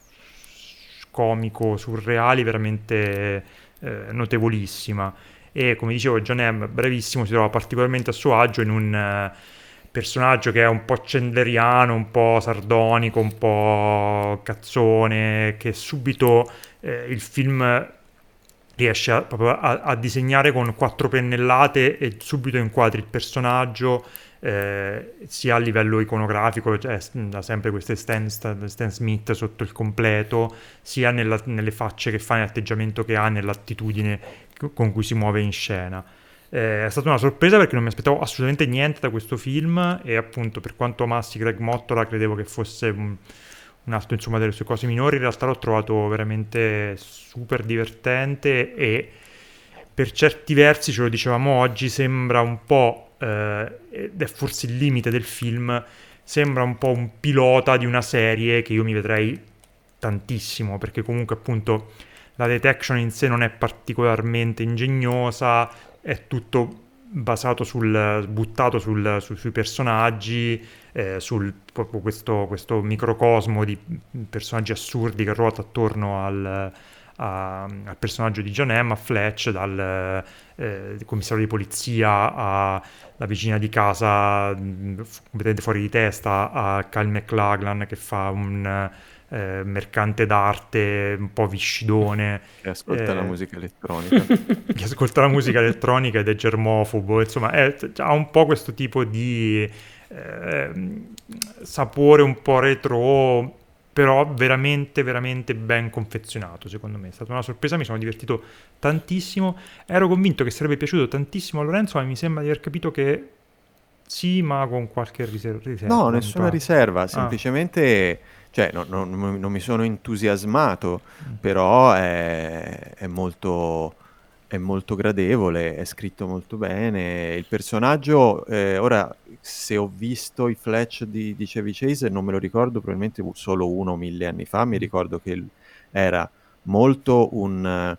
[SPEAKER 2] comico, surreali, veramente eh, notevolissima. E come dicevo, Jon Hamm, bravissimo, si trova particolarmente a suo agio in un eh, personaggio che è un po' chandleriano, un po' sardonico, un po' cazzone, che subito eh, il film riesce a, proprio a, a disegnare con quattro pennellate e subito inquadri il personaggio, eh, sia a livello iconografico, cioè ha sempre queste Stan, Stan Smith sotto il completo, sia nella, nelle facce che fa, nell'atteggiamento che ha, nell'attitudine con cui si muove in scena. Eh, è stata una sorpresa perché non mi aspettavo assolutamente niente da questo film, e appunto, per quanto amassi Greg Mottola, credevo che fosse un, un altro, insomma, delle sue cose minori. In realtà l'ho trovato veramente super divertente e per certi versi, ce lo dicevamo oggi, sembra un po', eh, ed è forse il limite del film, sembra un po' un pilota di una serie che io mi vedrei tantissimo, perché comunque appunto la detection in sé non è particolarmente ingegnosa, è tutto basato sul buttato sul, su, sui personaggi, eh, sul proprio questo, questo microcosmo di personaggi assurdi che ruota attorno al, a, al personaggio di Jon Hamm, a Fletch, dal eh, commissario di polizia alla vicina di casa completamente fuori di testa, a Kyle MacLachlan che fa un Eh, mercante d'arte un po' viscidone,
[SPEAKER 3] che ascolta
[SPEAKER 2] eh,
[SPEAKER 3] la musica elettronica
[SPEAKER 2] che ascolta la musica elettronica ed è germofobo, insomma è, ha un po' questo tipo di eh, sapore un po' retro, però veramente veramente ben confezionato. Secondo me è stata una sorpresa, mi sono divertito tantissimo, ero convinto che sarebbe piaciuto tantissimo a Lorenzo, ma mi sembra di aver capito che sì, ma con qualche riser- riserva.
[SPEAKER 3] no, nessuna
[SPEAKER 2] Ah.
[SPEAKER 3] riserva, semplicemente cioè no, no, non non mi sono entusiasmato, però è, è molto è molto gradevole, è scritto molto bene. Il personaggio, eh, ora, se ho visto i Fletch di, di Chevy Chase, non me lo ricordo, probabilmente solo uno o mille anni fa, mi ricordo che era molto un,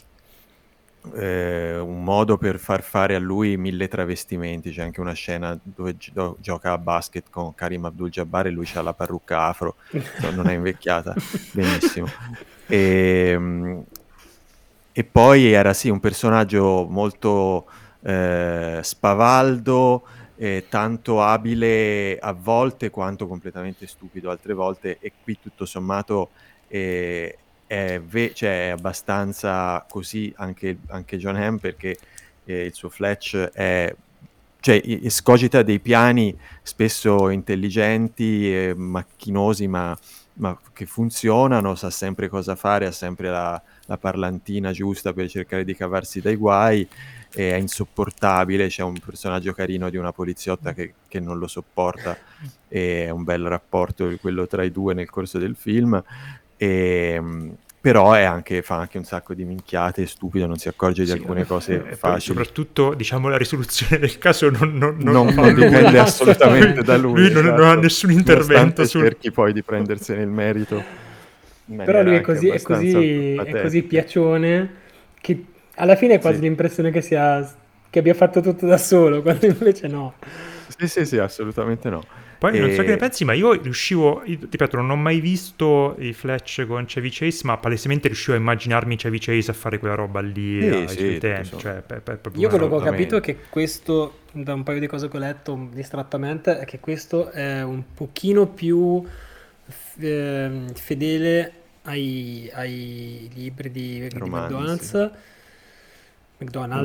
[SPEAKER 3] eh, un modo per far fare a lui mille travestimenti. C'è anche una scena dove gio- gioca a basket con Karim Abdul-Jabbar e lui c'ha la parrucca afro, no, non è invecchiata benissimo. E, e poi era sì un personaggio molto eh, spavaldo, eh, tanto abile a volte quanto completamente stupido altre volte, e qui tutto sommato eh, è, ve- cioè, è abbastanza così anche, anche Jon Hamm, perché eh, il suo Fletch è, cioè, escogita dei piani spesso intelligenti e macchinosi, ma, ma che funzionano, sa sempre cosa fare, ha sempre la, la parlantina giusta per cercare di cavarsi dai guai, è insopportabile. C'è un personaggio carino di una poliziotta che, che non lo sopporta, e è un bel rapporto quello tra i due nel corso del film. E, però è anche, fa anche un sacco di minchiate, è stupido, non si accorge di
[SPEAKER 2] Sì,
[SPEAKER 3] alcune cose
[SPEAKER 2] e poi
[SPEAKER 3] facili.
[SPEAKER 2] soprattutto, diciamo, la risoluzione del caso non, non, non,
[SPEAKER 3] non
[SPEAKER 2] fa
[SPEAKER 3] dipende
[SPEAKER 2] lui.
[SPEAKER 3] assolutamente da lui,
[SPEAKER 2] Lui non,
[SPEAKER 3] esatto.
[SPEAKER 2] non ha nessun intervento
[SPEAKER 3] Nonostante
[SPEAKER 2] sul...
[SPEAKER 3] cerchi poi di prendersene il merito in
[SPEAKER 4] Però lui è
[SPEAKER 3] maniera anche
[SPEAKER 4] così, è
[SPEAKER 3] abbastanza
[SPEAKER 4] così, è
[SPEAKER 3] patetica.
[SPEAKER 4] così piacione che alla fine hai quasi
[SPEAKER 3] Sì.
[SPEAKER 4] l'impressione che sia che abbia fatto tutto da solo, quando invece no.
[SPEAKER 3] Sì, sì, sì, assolutamente no.
[SPEAKER 2] Poi non so
[SPEAKER 3] E-
[SPEAKER 2] che ne pensi, ma io riuscivo, io, ripeto, non ho mai visto i Fletch con Chevy Chase, ma palesemente riuscivo a immaginarmi Chevy Chase a fare quella roba lì
[SPEAKER 3] Sì,
[SPEAKER 2] ai
[SPEAKER 3] sì,
[SPEAKER 2] suoi
[SPEAKER 3] tutto
[SPEAKER 2] tempi.
[SPEAKER 3] sommato.
[SPEAKER 2] Cioè, pe- pe- proprio
[SPEAKER 4] Io
[SPEAKER 2] una
[SPEAKER 4] quello che ho
[SPEAKER 2] roba-
[SPEAKER 4] capito è che questo, da un paio di cose che ho letto distrattamente, è che questo è un pochino più f- ehm, fedele ai, ai libri di, di
[SPEAKER 3] Romanzi.
[SPEAKER 4] McDonald's. McDonald's.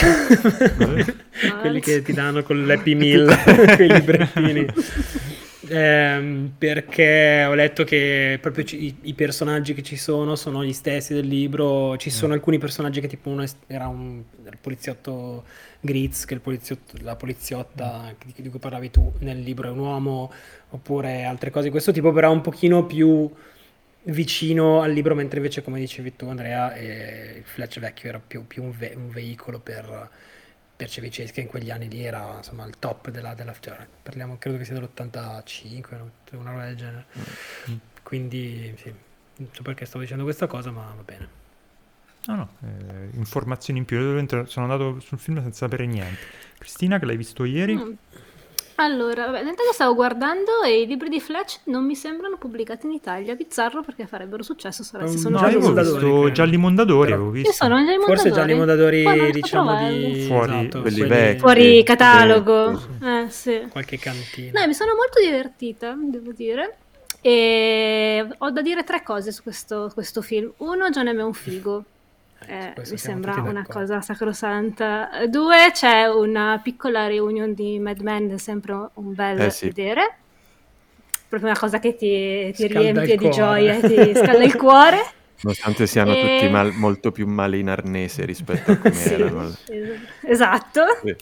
[SPEAKER 3] McDonald's.
[SPEAKER 4] Quelli che ti danno con l'Happy Meal, quei librettini. ehm, perché ho letto che proprio ci- i, i personaggi che ci sono sono gli stessi del libro. Ci sono alcuni personaggi che tipo uno es- era un era il poliziotto Gritz, che è il poliziotto, la poliziotta di, di cui parlavi tu nel libro è un uomo, oppure altre cose di questo tipo, però un pochino più vicino al libro, mentre invece, come dicevi tu, Andrea, eh, il Fletch vecchio era più, più un, ve- un veicolo per, per Chevy Chase, che in quegli anni lì era insomma il top della, della cioè, parliamo, credo che sia dell'ottantacinque, no? Una roba del genere. Quindi sì, non so perché stavo dicendo questa cosa, ma va bene.
[SPEAKER 2] No, no, eh, informazioni in più. Io ovviamente sono andato sul film senza sapere niente. Cristina, che l'hai visto ieri?
[SPEAKER 5] Mm. Allora, vabbè, intanto stavo guardando e i libri di Fletch non mi sembrano pubblicati in Italia, bizzarro perché farebbero successo se avessi
[SPEAKER 4] Um,
[SPEAKER 5] sono
[SPEAKER 2] No,
[SPEAKER 4] Gialli
[SPEAKER 2] io avevo
[SPEAKER 4] Mondadori,
[SPEAKER 2] visto
[SPEAKER 4] credo.
[SPEAKER 2] Gialli Mondadori,
[SPEAKER 4] Però-
[SPEAKER 2] avevo
[SPEAKER 5] Ci
[SPEAKER 2] visto.
[SPEAKER 5] sono già i
[SPEAKER 4] Forse già i
[SPEAKER 5] Mondadori. Poi non
[SPEAKER 4] Mondadori,
[SPEAKER 5] riesco a
[SPEAKER 4] diciamo,
[SPEAKER 5] trovarli.
[SPEAKER 4] di...
[SPEAKER 2] Fuori,
[SPEAKER 4] esatto,
[SPEAKER 3] quelli
[SPEAKER 4] quelli-
[SPEAKER 3] vecchi.
[SPEAKER 5] Fuori catalogo.
[SPEAKER 3] Sì,
[SPEAKER 5] Eh, sì.
[SPEAKER 4] qualche cantina.
[SPEAKER 5] No, mi sono molto divertita, devo dire. E ho da dire tre cose su questo, questo film. Uno, John M. è un figo.
[SPEAKER 4] Eh,
[SPEAKER 5] Eh,
[SPEAKER 4] su questo
[SPEAKER 5] mi
[SPEAKER 4] siamo
[SPEAKER 5] sembra
[SPEAKER 4] tutti
[SPEAKER 5] una
[SPEAKER 4] d'accordo.
[SPEAKER 5] cosa sacrosanta. Due, c'è una piccola reunion di Mad Men, è sempre un bel
[SPEAKER 3] Eh sì.
[SPEAKER 5] vedere. Proprio una cosa che ti, ti
[SPEAKER 4] Scalda
[SPEAKER 5] riempie
[SPEAKER 4] il
[SPEAKER 5] di
[SPEAKER 4] cuore.
[SPEAKER 5] gioia e ti scalda il cuore.
[SPEAKER 3] Nonostante siano
[SPEAKER 5] E-
[SPEAKER 3] tutti mal- molto più male in arnese rispetto a come
[SPEAKER 5] Sì,
[SPEAKER 3] erano.
[SPEAKER 5] es- esatto.
[SPEAKER 3] Sì.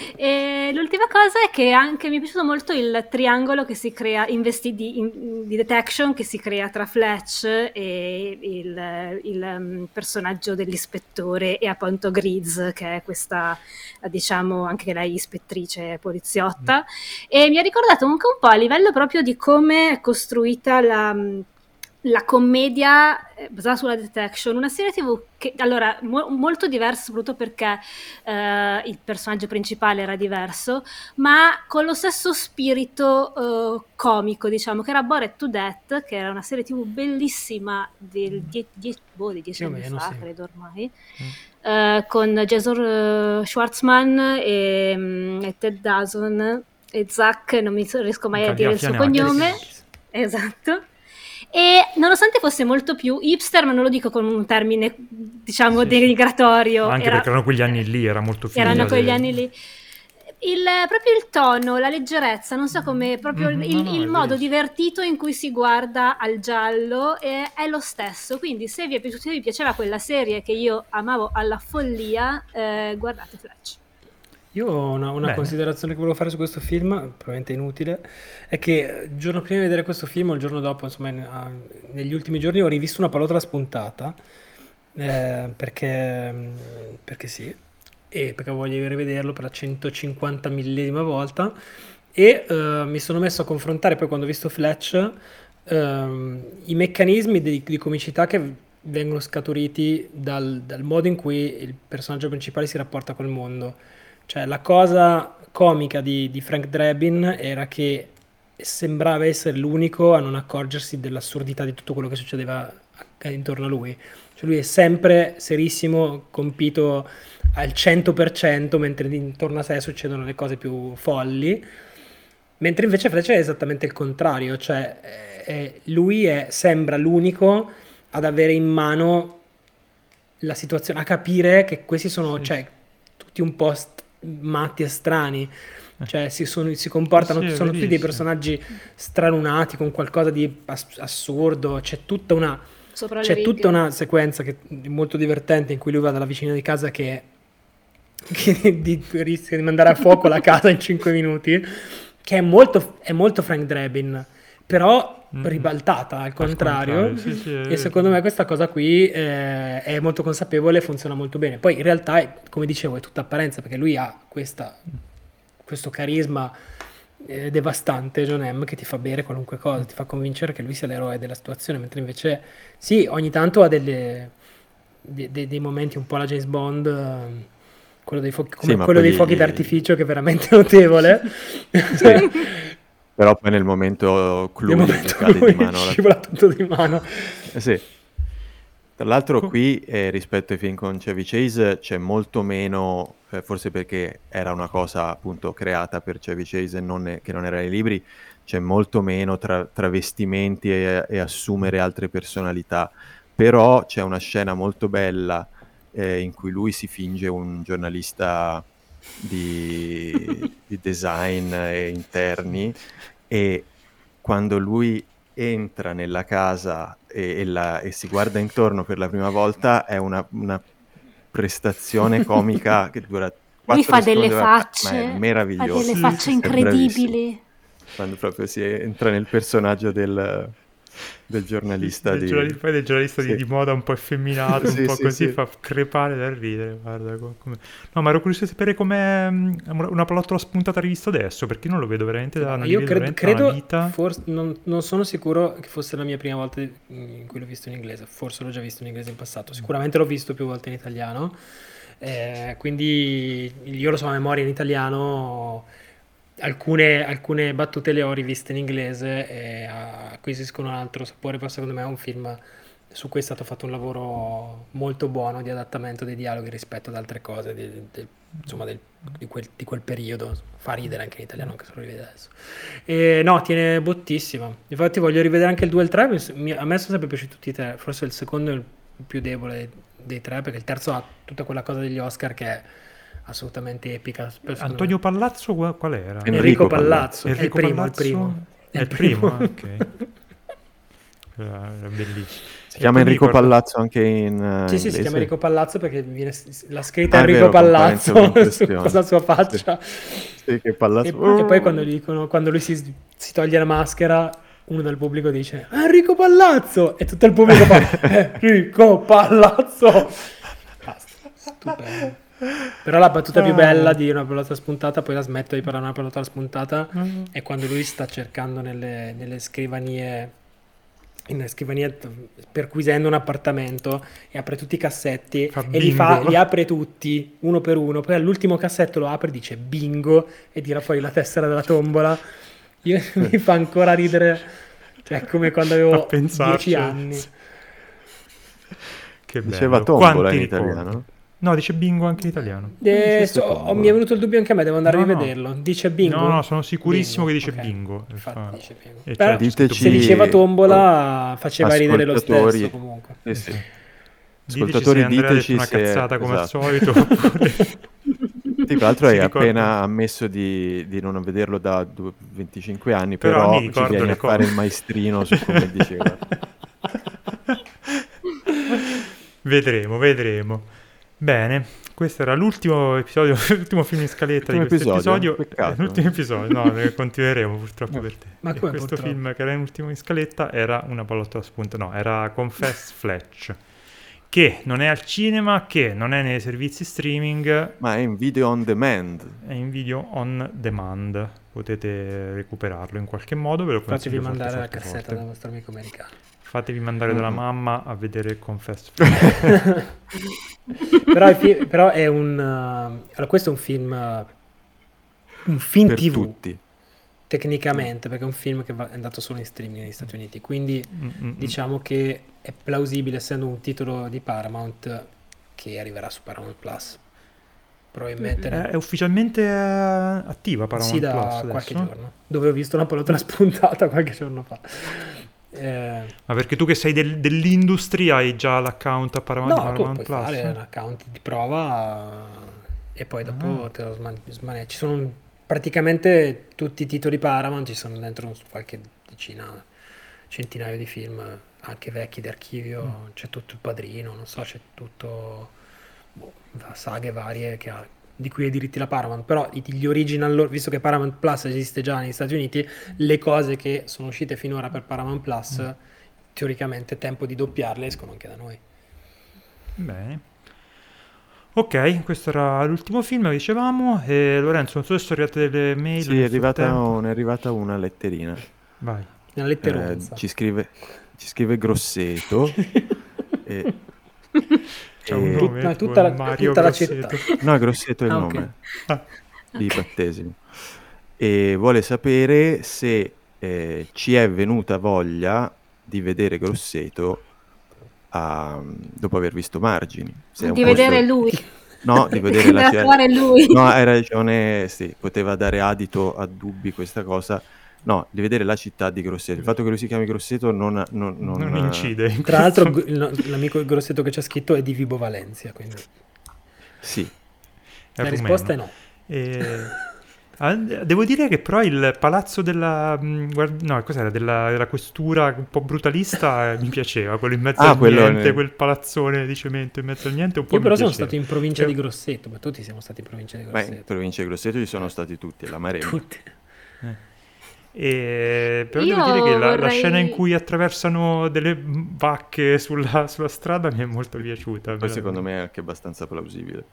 [SPEAKER 5] E l'ultima cosa è che anche mi è piaciuto molto il triangolo che si crea, investi di, in- di detection che si crea tra Fletch e il, il, um, personaggio dell'ispettore e appunto Grizz, che è questa, eh, diciamo, anche lei ispettrice poliziotta. E mi ha ricordato anche un po' a livello proprio di come è costruita la... la commedia eh, basata sulla detection, una serie tv che allora mo- molto diversa soprattutto perché eh, il personaggio principale era diverso, ma con lo stesso spirito eh, comico, diciamo, che era Bored to Death, che era una serie tv bellissima del die- die- boh, di dieci
[SPEAKER 4] Più o
[SPEAKER 5] anni
[SPEAKER 4] meno,
[SPEAKER 5] fa,
[SPEAKER 4] sì.
[SPEAKER 5] credo ormai, eh, con Jason eh, Schwartzman e, mm, e Ted Danson e Zach, non mi so- riesco mai a dire il suo
[SPEAKER 2] Galifianakis.
[SPEAKER 5] cognome. Esatto. E nonostante fosse molto più hipster, ma non lo dico con un termine, diciamo,
[SPEAKER 2] Sì, sì.
[SPEAKER 5] denigratorio,
[SPEAKER 2] Anche
[SPEAKER 5] era-
[SPEAKER 2] perché erano quegli anni lì, era molto figo.
[SPEAKER 5] erano
[SPEAKER 2] de-
[SPEAKER 5] quegli anni lì. Il, proprio il tono, la leggerezza, non so come, proprio
[SPEAKER 2] Mhm,
[SPEAKER 5] il,
[SPEAKER 2] no, no,
[SPEAKER 5] il
[SPEAKER 2] è
[SPEAKER 5] modo
[SPEAKER 2] verissimo.
[SPEAKER 5] divertito in cui si guarda al giallo è, è lo stesso. Quindi se vi, è piaciuto, se vi piaceva quella serie che io amavo alla follia, eh, guardate Fletch.
[SPEAKER 4] Io ho una, una
[SPEAKER 2] Bene.
[SPEAKER 4] considerazione che volevo fare su questo film, probabilmente inutile, è che il giorno prima di vedere questo film, o il giorno dopo, insomma, in- a- negli ultimi giorni ho rivisto Una pallottola spuntata, eh, perché, perché sì, e perché voglio rivederlo per la centocinquanta millesima volta, e eh, mi sono messo a confrontare poi quando ho visto Fletch ehm, i meccanismi di, di comicità che vengono scaturiti dal, dal modo in cui il personaggio principale si rapporta col mondo. Cioè, la cosa comica di, di Frank Drebin era che sembrava essere l'unico a non accorgersi dell'assurdità di tutto quello che succedeva a- intorno a lui. Cioè, lui è sempre serissimo, compito al cento per cento, mentre intorno a sé succedono le cose più folli. Mentre invece Fletcher è esattamente il contrario, cioè eh, eh, lui è- sembra l'unico ad avere in mano la situazione, a capire che questi sono, cioè, tutti un po' st- matti e strani, cioè si, sono- si comportano,
[SPEAKER 2] Sì, è
[SPEAKER 4] sono tutti dei
[SPEAKER 2] verissimo.
[SPEAKER 4] personaggi stralunati con qualcosa di ass- assurdo, c'è tutta una,
[SPEAKER 5] Sopra le
[SPEAKER 4] c'è
[SPEAKER 5] righe.
[SPEAKER 4] tutta una sequenza che è molto divertente in cui lui va dalla vicina di casa che, che di- rischia di mandare a fuoco la casa in cinque minuti, che è molto, è molto Frank Drebin, però
[SPEAKER 2] Mm.
[SPEAKER 4] ribaltata al
[SPEAKER 2] Al
[SPEAKER 4] contrario.
[SPEAKER 2] contrario, sì, sì, è
[SPEAKER 4] E secondo me questa cosa qui eh, è molto consapevole e funziona molto bene. Poi in realtà, è, come dicevo, è tutta apparenza perché lui ha questa, questo carisma eh, devastante, John M, che ti fa bere qualunque cosa, ti fa convincere che lui sia l'eroe della situazione, mentre invece sì, ogni tanto ha delle, de- de- dei momenti un po' alla James Bond, eh, quello dei fuochi, come
[SPEAKER 3] Sì, ma
[SPEAKER 4] quello dei
[SPEAKER 3] poi
[SPEAKER 4] fuochi
[SPEAKER 3] gli-
[SPEAKER 4] d'artificio che è veramente notevole.
[SPEAKER 3] Sì. Però poi nel momento clou
[SPEAKER 4] Nel
[SPEAKER 3] gli
[SPEAKER 4] momento
[SPEAKER 3] cade
[SPEAKER 4] lui
[SPEAKER 3] di mano la-
[SPEAKER 4] scivola tutto di mano.
[SPEAKER 3] Eh sì. Tra l'altro qui eh, rispetto ai film con Chevy Chase c'è molto meno, eh, forse perché era una cosa appunto creata per Chevy Chase e non è- che non era nei libri, c'è molto meno tra- travestimenti e, e assumere altre personalità. Però c'è una scena molto bella eh, in cui lui si finge un giornalista di, di design e interni e quando lui entra nella casa e, e la- e si guarda intorno per la prima volta è una, una prestazione comica che dura
[SPEAKER 5] Lui
[SPEAKER 3] quattro
[SPEAKER 5] fa delle
[SPEAKER 3] secondi, ma- ma
[SPEAKER 5] facce,
[SPEAKER 3] è
[SPEAKER 5] fa
[SPEAKER 3] meraviglioso.
[SPEAKER 5] delle
[SPEAKER 2] Sì,
[SPEAKER 5] facce
[SPEAKER 2] sì, sì.
[SPEAKER 3] È bravissimo.
[SPEAKER 5] incredibili.
[SPEAKER 3] Quando proprio si entra nel personaggio del, del giornalista
[SPEAKER 2] Del
[SPEAKER 3] di...
[SPEAKER 2] giornalista, poi del giornalista di,
[SPEAKER 3] Sì.
[SPEAKER 2] di moda un po' effeminato,
[SPEAKER 3] Sì,
[SPEAKER 2] un po'
[SPEAKER 3] sì,
[SPEAKER 2] così,
[SPEAKER 3] sì.
[SPEAKER 2] fa crepare dal ridere, guarda. co- come- No, ma ero curioso di sapere com'è mm, una una pallottola spuntata rivisto adesso, perché io non lo vedo veramente da, non li
[SPEAKER 4] Io
[SPEAKER 2] vedo
[SPEAKER 4] cred-
[SPEAKER 2] veramente da una
[SPEAKER 4] credo,
[SPEAKER 2] vita.
[SPEAKER 4] forse, non, non sono sicuro che fosse la mia prima volta in cui l'ho visto in inglese, forse l'ho già visto in inglese in passato, sicuramente l'ho visto più volte in italiano, eh, quindi io lo so a memoria in italiano, alcune, alcune battute le ho riviste in inglese e acquisiscono un altro sapore, però secondo me è un film su cui è stato fatto un lavoro molto buono di adattamento dei dialoghi rispetto ad altre cose di, di- insomma, del- di, quel, di quel periodo. Fa ridere anche in italiano, anche se lo rivede adesso. E no, tiene bottissima. Infatti voglio rivedere anche il due e il tre. mi- mi- a me sono sempre piaciuti tutti e tre. Forse il secondo è il più debole dei, dei tre, perché il terzo ha tutta quella cosa degli Oscar che è assolutamente epica. secondo me.
[SPEAKER 2] Antonio Palazzo qual, qual era?
[SPEAKER 3] Enrico
[SPEAKER 4] Enrico
[SPEAKER 3] Palazzo.
[SPEAKER 4] Palazzo, è il
[SPEAKER 2] Enrico
[SPEAKER 4] primo,
[SPEAKER 2] Palazzo?
[SPEAKER 4] il primo.
[SPEAKER 2] È il primo, ah, ok. Era era bellissimo.
[SPEAKER 3] Si
[SPEAKER 2] E
[SPEAKER 3] chiama
[SPEAKER 2] poi mi
[SPEAKER 3] Enrico
[SPEAKER 2] ricordo-
[SPEAKER 3] Palazzo anche in eh,
[SPEAKER 4] Sì, sì, si
[SPEAKER 3] inglese?
[SPEAKER 4] chiama Enrico Palazzo perché viene, l'ha scritta
[SPEAKER 3] Ah, è
[SPEAKER 4] Enrico
[SPEAKER 3] vero, compare in
[SPEAKER 4] Palazzo
[SPEAKER 3] sovraimpressione.
[SPEAKER 4] su la sua faccia.
[SPEAKER 3] Sì, che Palazzo...
[SPEAKER 4] E, e poi quando, gli dicono, quando lui si, si toglie la maschera, uno dal pubblico dice Enrico Palazzo! E tutto il pubblico fa Enrico Palazzo! Basta, stupendo. Però la battuta più bella di una pallottola spuntata, poi la smetto di parlare di una pallottola spuntata, è quando lui sta cercando nelle, nelle scrivanie, nelle scrivanie, perquisendo un appartamento e apre tutti i cassetti
[SPEAKER 2] Fa
[SPEAKER 4] e li, fa,
[SPEAKER 2] bingo.
[SPEAKER 4] li apre tutti uno per uno. Poi all'ultimo cassetto lo apre e dice bingo e tira fuori la tessera della tombola. Io, mi fa ancora ridere, cioè come quando
[SPEAKER 2] A
[SPEAKER 4] avevo
[SPEAKER 2] pensarci.
[SPEAKER 4] dieci anni.
[SPEAKER 2] Che bello.
[SPEAKER 3] Diceva tombola
[SPEAKER 2] Quanti
[SPEAKER 3] in
[SPEAKER 2] ricordi.
[SPEAKER 3] italiano?
[SPEAKER 2] No, dice bingo anche in italiano.
[SPEAKER 4] Eh,
[SPEAKER 3] Esiste
[SPEAKER 4] so-
[SPEAKER 3] tombola.
[SPEAKER 4] mi è venuto il dubbio anche a me, devo andare
[SPEAKER 2] No,
[SPEAKER 4] a
[SPEAKER 2] no.
[SPEAKER 4] rivederlo. Dice bingo?
[SPEAKER 2] No, no, sono sicurissimo
[SPEAKER 4] Bingo,
[SPEAKER 2] che dice
[SPEAKER 4] ok.
[SPEAKER 2] bingo.
[SPEAKER 4] Infatti
[SPEAKER 2] Fa-
[SPEAKER 4] dice bingo.
[SPEAKER 2] e
[SPEAKER 4] Però
[SPEAKER 2] c'è
[SPEAKER 3] diteci-
[SPEAKER 4] se diceva tombola
[SPEAKER 3] Ascoltatori-
[SPEAKER 4] faceva ridere lo stesso comunque.
[SPEAKER 3] Sì, sì.
[SPEAKER 2] Diteci
[SPEAKER 3] Ascoltatori,
[SPEAKER 2] se Andrea ha detto
[SPEAKER 3] diteci
[SPEAKER 2] una
[SPEAKER 3] se-
[SPEAKER 2] cazzata come
[SPEAKER 3] esatto.
[SPEAKER 2] al solito. Oppure...
[SPEAKER 3] Sì, tra l'altro
[SPEAKER 2] Si
[SPEAKER 3] hai
[SPEAKER 2] ricorda.
[SPEAKER 3] appena ammesso di, di non vederlo da due- venticinque anni,
[SPEAKER 2] Però
[SPEAKER 3] però,
[SPEAKER 2] mi
[SPEAKER 3] ci
[SPEAKER 2] ricordo
[SPEAKER 3] vieni
[SPEAKER 2] le
[SPEAKER 3] a fare
[SPEAKER 2] cose.
[SPEAKER 3] il maestrino su come diceva.
[SPEAKER 2] Vedremo, vedremo. Bene, questo era l'ultimo episodio, l'ultimo film in scaletta di
[SPEAKER 3] L'ultimo
[SPEAKER 2] questo
[SPEAKER 3] episodio?
[SPEAKER 2] episodio.
[SPEAKER 3] Peccato.
[SPEAKER 2] Eh, L'ultimo episodio, no, ne continueremo purtroppo per te.
[SPEAKER 4] Ma
[SPEAKER 2] E
[SPEAKER 4] come
[SPEAKER 2] questo
[SPEAKER 4] purtroppo?
[SPEAKER 2] film che era l'ultimo in scaletta era una pallottola spunta, no, era Confess Fletch, che non è al cinema, che non è nei servizi streaming,
[SPEAKER 3] Ma è in video on demand.
[SPEAKER 2] è in video on demand. Potete recuperarlo in qualche modo, ve lo
[SPEAKER 4] Fatevi
[SPEAKER 2] consiglio forte,
[SPEAKER 4] mandare la
[SPEAKER 2] forte,
[SPEAKER 4] cassetta
[SPEAKER 2] forte.
[SPEAKER 4] dal vostro amico americano.
[SPEAKER 2] Fatevi mandare dalla
[SPEAKER 3] Mhm.
[SPEAKER 2] mamma a vedere Confess Fletch.
[SPEAKER 4] però, è, fi- però è un... uh, allora questo è un film... uh, un film
[SPEAKER 3] Per
[SPEAKER 4] tivù,
[SPEAKER 3] tutti.
[SPEAKER 4] tecnicamente, perché è un film che va- è andato solo in streaming negli Stati Uniti, quindi
[SPEAKER 2] Mm, mm, mm.
[SPEAKER 4] diciamo che è plausibile, essendo un titolo di Paramount, che arriverà su Paramount Plus. Probabilmente
[SPEAKER 2] È, è ufficialmente eh, attiva Paramount
[SPEAKER 4] sì, da
[SPEAKER 2] Plus adesso?
[SPEAKER 4] qualche giorno, dove ho visto una pallottola spuntata qualche giorno fa. Eh,
[SPEAKER 2] Ma perché tu che sei del- dell'industry hai già l'account a Paramount,
[SPEAKER 4] no, tu
[SPEAKER 2] Paramount
[SPEAKER 4] puoi
[SPEAKER 2] Plus?
[SPEAKER 4] fare un account di prova e poi dopo
[SPEAKER 2] Ah.
[SPEAKER 4] te lo sman- smaneggi. Ci sono praticamente tutti i titoli Paramount, ci sono dentro qualche decina, centinaio di film, anche vecchi d'archivio,
[SPEAKER 2] Mm.
[SPEAKER 4] c'è tutto il Padrino, non so, c'è tutto, boh, saghe varie che ha, di cui hai diritti la Paramount, però i- gli original, loro- visto che Paramount Plus esiste già negli Stati Uniti, le cose che sono uscite finora per Paramount Plus,
[SPEAKER 2] Mm.
[SPEAKER 4] teoricamente tempo di doppiarle escono anche da noi.
[SPEAKER 2] Bene. Ok, questo era l'ultimo film che dicevamo. E Lorenzo, non so se sono arrivate delle mail.
[SPEAKER 3] Sì, è
[SPEAKER 2] nel
[SPEAKER 3] arrivata,
[SPEAKER 2] frattempo.
[SPEAKER 3] è arrivata una letterina.
[SPEAKER 2] Vai.
[SPEAKER 4] Nella
[SPEAKER 3] Eh,
[SPEAKER 4] letteronza.
[SPEAKER 3] ci scrive, ci scrive Grosseto. e,
[SPEAKER 2] C'è un
[SPEAKER 3] e-
[SPEAKER 2] nome,
[SPEAKER 4] no,
[SPEAKER 2] tipo
[SPEAKER 4] tutta la-
[SPEAKER 2] Mario
[SPEAKER 4] tutta la
[SPEAKER 2] Grosseto.
[SPEAKER 3] No, Grosseto è il
[SPEAKER 4] Ah, ok.
[SPEAKER 3] nome
[SPEAKER 2] Ah.
[SPEAKER 3] di battesimo. E vuole sapere se eh, ci è venuta voglia di vedere Grosseto a- dopo aver visto Margini. Se è un
[SPEAKER 5] Di
[SPEAKER 3] posto-
[SPEAKER 5] vedere lui.
[SPEAKER 3] No, di vedere la
[SPEAKER 5] da fare lui.
[SPEAKER 3] No, hai ragione, sì, poteva dare adito a dubbi questa cosa. No, di vedere la città di Grosseto. Il fatto che lui si chiami Grosseto non, non, non,
[SPEAKER 2] Non incide. in
[SPEAKER 4] Tra l'altro
[SPEAKER 2] questo-
[SPEAKER 4] g- il- l'amico Grosseto che ci ha scritto è di Vibo Valencia, quindi
[SPEAKER 2] è
[SPEAKER 4] la
[SPEAKER 2] rumeno.
[SPEAKER 4] risposta è no.
[SPEAKER 2] E Ah, devo dire che però il palazzo della mh, guard- no, cos'era? Della, della questura un po' brutalista, eh, mi piaceva, quello in mezzo
[SPEAKER 3] Ah,
[SPEAKER 2] al
[SPEAKER 3] quello
[SPEAKER 2] niente,
[SPEAKER 3] ne-
[SPEAKER 2] quel palazzone di cemento in mezzo al niente, un po'
[SPEAKER 4] Io
[SPEAKER 2] mi
[SPEAKER 4] però sono
[SPEAKER 2] piaceva.
[SPEAKER 4] stato in provincia
[SPEAKER 2] Io-
[SPEAKER 4] di Grosseto, ma tutti siamo stati in provincia di
[SPEAKER 3] Beh, in
[SPEAKER 4] Grosseto.
[SPEAKER 3] provincia di Grosseto ci sono stati tutti, la Maremma.
[SPEAKER 4] Tutti.
[SPEAKER 2] E però
[SPEAKER 5] Io
[SPEAKER 2] devo dire che la, la
[SPEAKER 5] vorrei-
[SPEAKER 2] scena in cui attraversano delle vacche sulla, sulla strada mi è molto piaciuta.
[SPEAKER 3] Poi secondo me è anche abbastanza plausibile.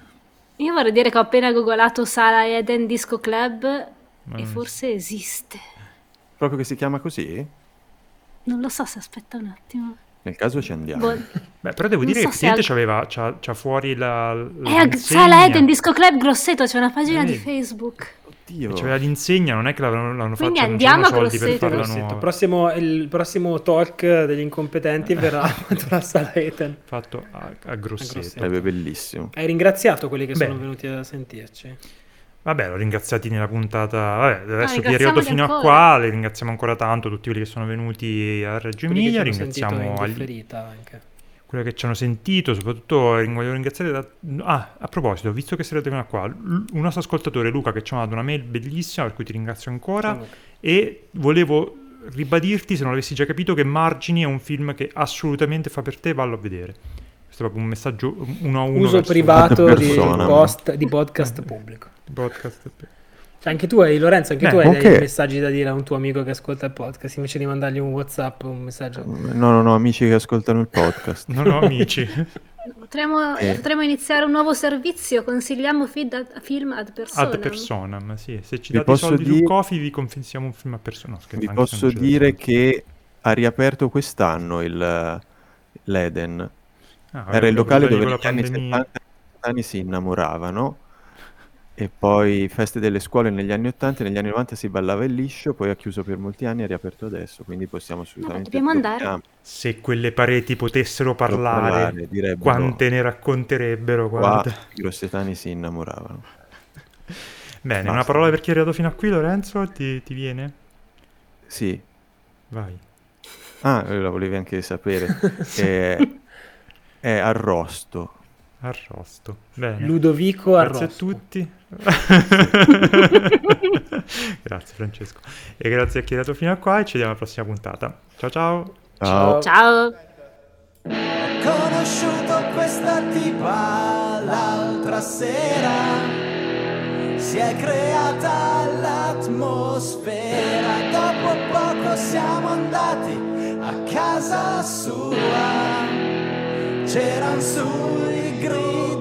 [SPEAKER 5] Io vorrei dire che ho appena googolato Sala Eden Disco Club
[SPEAKER 2] Ma
[SPEAKER 5] e
[SPEAKER 2] non-
[SPEAKER 5] forse esiste.
[SPEAKER 3] Proprio che si chiama così?
[SPEAKER 5] Non lo so se aspetta un attimo.
[SPEAKER 3] Nel caso ci andiamo.
[SPEAKER 5] Boh.
[SPEAKER 2] Beh, però devo
[SPEAKER 5] Non
[SPEAKER 2] dire
[SPEAKER 5] so
[SPEAKER 2] che
[SPEAKER 5] se
[SPEAKER 2] effettivamente
[SPEAKER 5] al-
[SPEAKER 2] c'aveva, c'ha, c'ha fuori la,
[SPEAKER 5] È a
[SPEAKER 2] l'insegna.
[SPEAKER 5] Sala Eden Disco Club Grosseto, c'è una pagina
[SPEAKER 2] Eh,
[SPEAKER 5] di
[SPEAKER 2] vedi.
[SPEAKER 5] Facebook.
[SPEAKER 3] Oddio.
[SPEAKER 2] C'aveva l'insegna, non è che l'hanno, l'hanno
[SPEAKER 5] Quindi
[SPEAKER 2] fatto, non
[SPEAKER 5] andiamo
[SPEAKER 2] c'erano
[SPEAKER 5] a
[SPEAKER 2] soldi per
[SPEAKER 5] Grosseto.
[SPEAKER 2] farla
[SPEAKER 4] Grosseto.
[SPEAKER 2] nuova.
[SPEAKER 4] Prossimo, il prossimo talk degli incompetenti verrà appunto alla Sala Eden.
[SPEAKER 2] Fatto a, a Grosseto.
[SPEAKER 4] Grosseto.
[SPEAKER 3] Sarebbe bellissimo.
[SPEAKER 4] Hai ringraziato quelli che
[SPEAKER 2] Beh.
[SPEAKER 4] sono venuti a sentirci?
[SPEAKER 2] Vabbè, l'ho ringraziati nella puntata. Vabbè, adesso chi è
[SPEAKER 5] ringraziamoli
[SPEAKER 2] arrivato fino a
[SPEAKER 5] ancora.
[SPEAKER 2] qua, li ringraziamo ancora tanto, tutti quelli che sono venuti a Reggio
[SPEAKER 4] Quelli che ci
[SPEAKER 2] Emilia,
[SPEAKER 4] hanno sentito in
[SPEAKER 2] ringraziamo agli,
[SPEAKER 4] differita anche.
[SPEAKER 2] quelli che ci hanno sentito, soprattutto ring- voglio ringraziare da... Ah, a proposito, visto che siete fino a qua, l- un nostro ascoltatore, Luca, che ci ha mandato una mail bellissima, per cui ti ringrazio ancora,
[SPEAKER 4] Ciao, Luca.
[SPEAKER 2] e volevo ribadirti, se non l'avessi già capito, che Margini è un film che assolutamente fa per te, vallo a vedere. Questo è proprio un messaggio uno a uno
[SPEAKER 4] Uso
[SPEAKER 2] verso
[SPEAKER 4] privato
[SPEAKER 3] Ad
[SPEAKER 4] di,
[SPEAKER 3] persona.
[SPEAKER 4] post, di podcast pubblico.
[SPEAKER 2] il podcast.
[SPEAKER 4] Cioè, anche tu hai, Lorenzo, anche
[SPEAKER 2] Beh,
[SPEAKER 4] tu hai
[SPEAKER 3] ok.
[SPEAKER 4] dei messaggi da dire a un tuo amico che ascolta il podcast, invece di mandargli un WhatsApp, un messaggio.
[SPEAKER 3] No, no, no, amici che ascoltano il podcast.
[SPEAKER 2] Non ho amici.
[SPEAKER 5] Potremmo,
[SPEAKER 3] Eh.
[SPEAKER 5] potremmo iniziare un nuovo servizio, consigliamo feed ad- film ad persona.
[SPEAKER 2] Ad personam, sì. Se ci
[SPEAKER 3] Vi
[SPEAKER 2] date i
[SPEAKER 3] posso
[SPEAKER 2] soldi sul
[SPEAKER 3] dire-
[SPEAKER 2] Coffee vi confissiamo un film a persona. No, scherzo,
[SPEAKER 3] Vi
[SPEAKER 2] anche se
[SPEAKER 3] posso
[SPEAKER 2] non ci date
[SPEAKER 3] dire
[SPEAKER 2] soldi.
[SPEAKER 3] che ha riaperto quest'anno il l'Eden.
[SPEAKER 2] Ah,
[SPEAKER 3] Era il locale dove
[SPEAKER 2] con la
[SPEAKER 3] negli anni
[SPEAKER 2] pandemia.
[SPEAKER 3] settanta e anni si innamoravano, e poi feste delle scuole negli anni ottanta e negli anni novanta si ballava il liscio, poi ha chiuso per molti anni e ha riaperto adesso, quindi possiamo assolutamente...
[SPEAKER 5] dobbiamo andare.
[SPEAKER 3] dobbiamo
[SPEAKER 2] Se quelle pareti potessero parlare,
[SPEAKER 3] parlare, direbbero,
[SPEAKER 2] quante ne racconterebbero,
[SPEAKER 3] qua
[SPEAKER 2] guarda.
[SPEAKER 3] i grossetani si innamoravano.
[SPEAKER 2] Bene,
[SPEAKER 3] Basta.
[SPEAKER 2] una parola per chi è arrivato fino a qui, Lorenzo? Ti, ti viene?
[SPEAKER 3] Sì.
[SPEAKER 2] Vai.
[SPEAKER 3] Ah, la volevi anche sapere. è, è arrosto.
[SPEAKER 2] Arrosto. Bene.
[SPEAKER 4] Ludovico
[SPEAKER 2] Grazie
[SPEAKER 4] Arrosto.
[SPEAKER 2] a tutti. Grazie Francesco. E grazie a chi è arrivato fino a qua e ci vediamo alla prossima puntata. Ciao ciao.
[SPEAKER 3] Ciao.
[SPEAKER 5] Ciao!
[SPEAKER 6] Ho conosciuto questa tipa l'altra sera, si è creata l'atmosfera, dopo poco siamo andati a casa sua, c'eran sui grida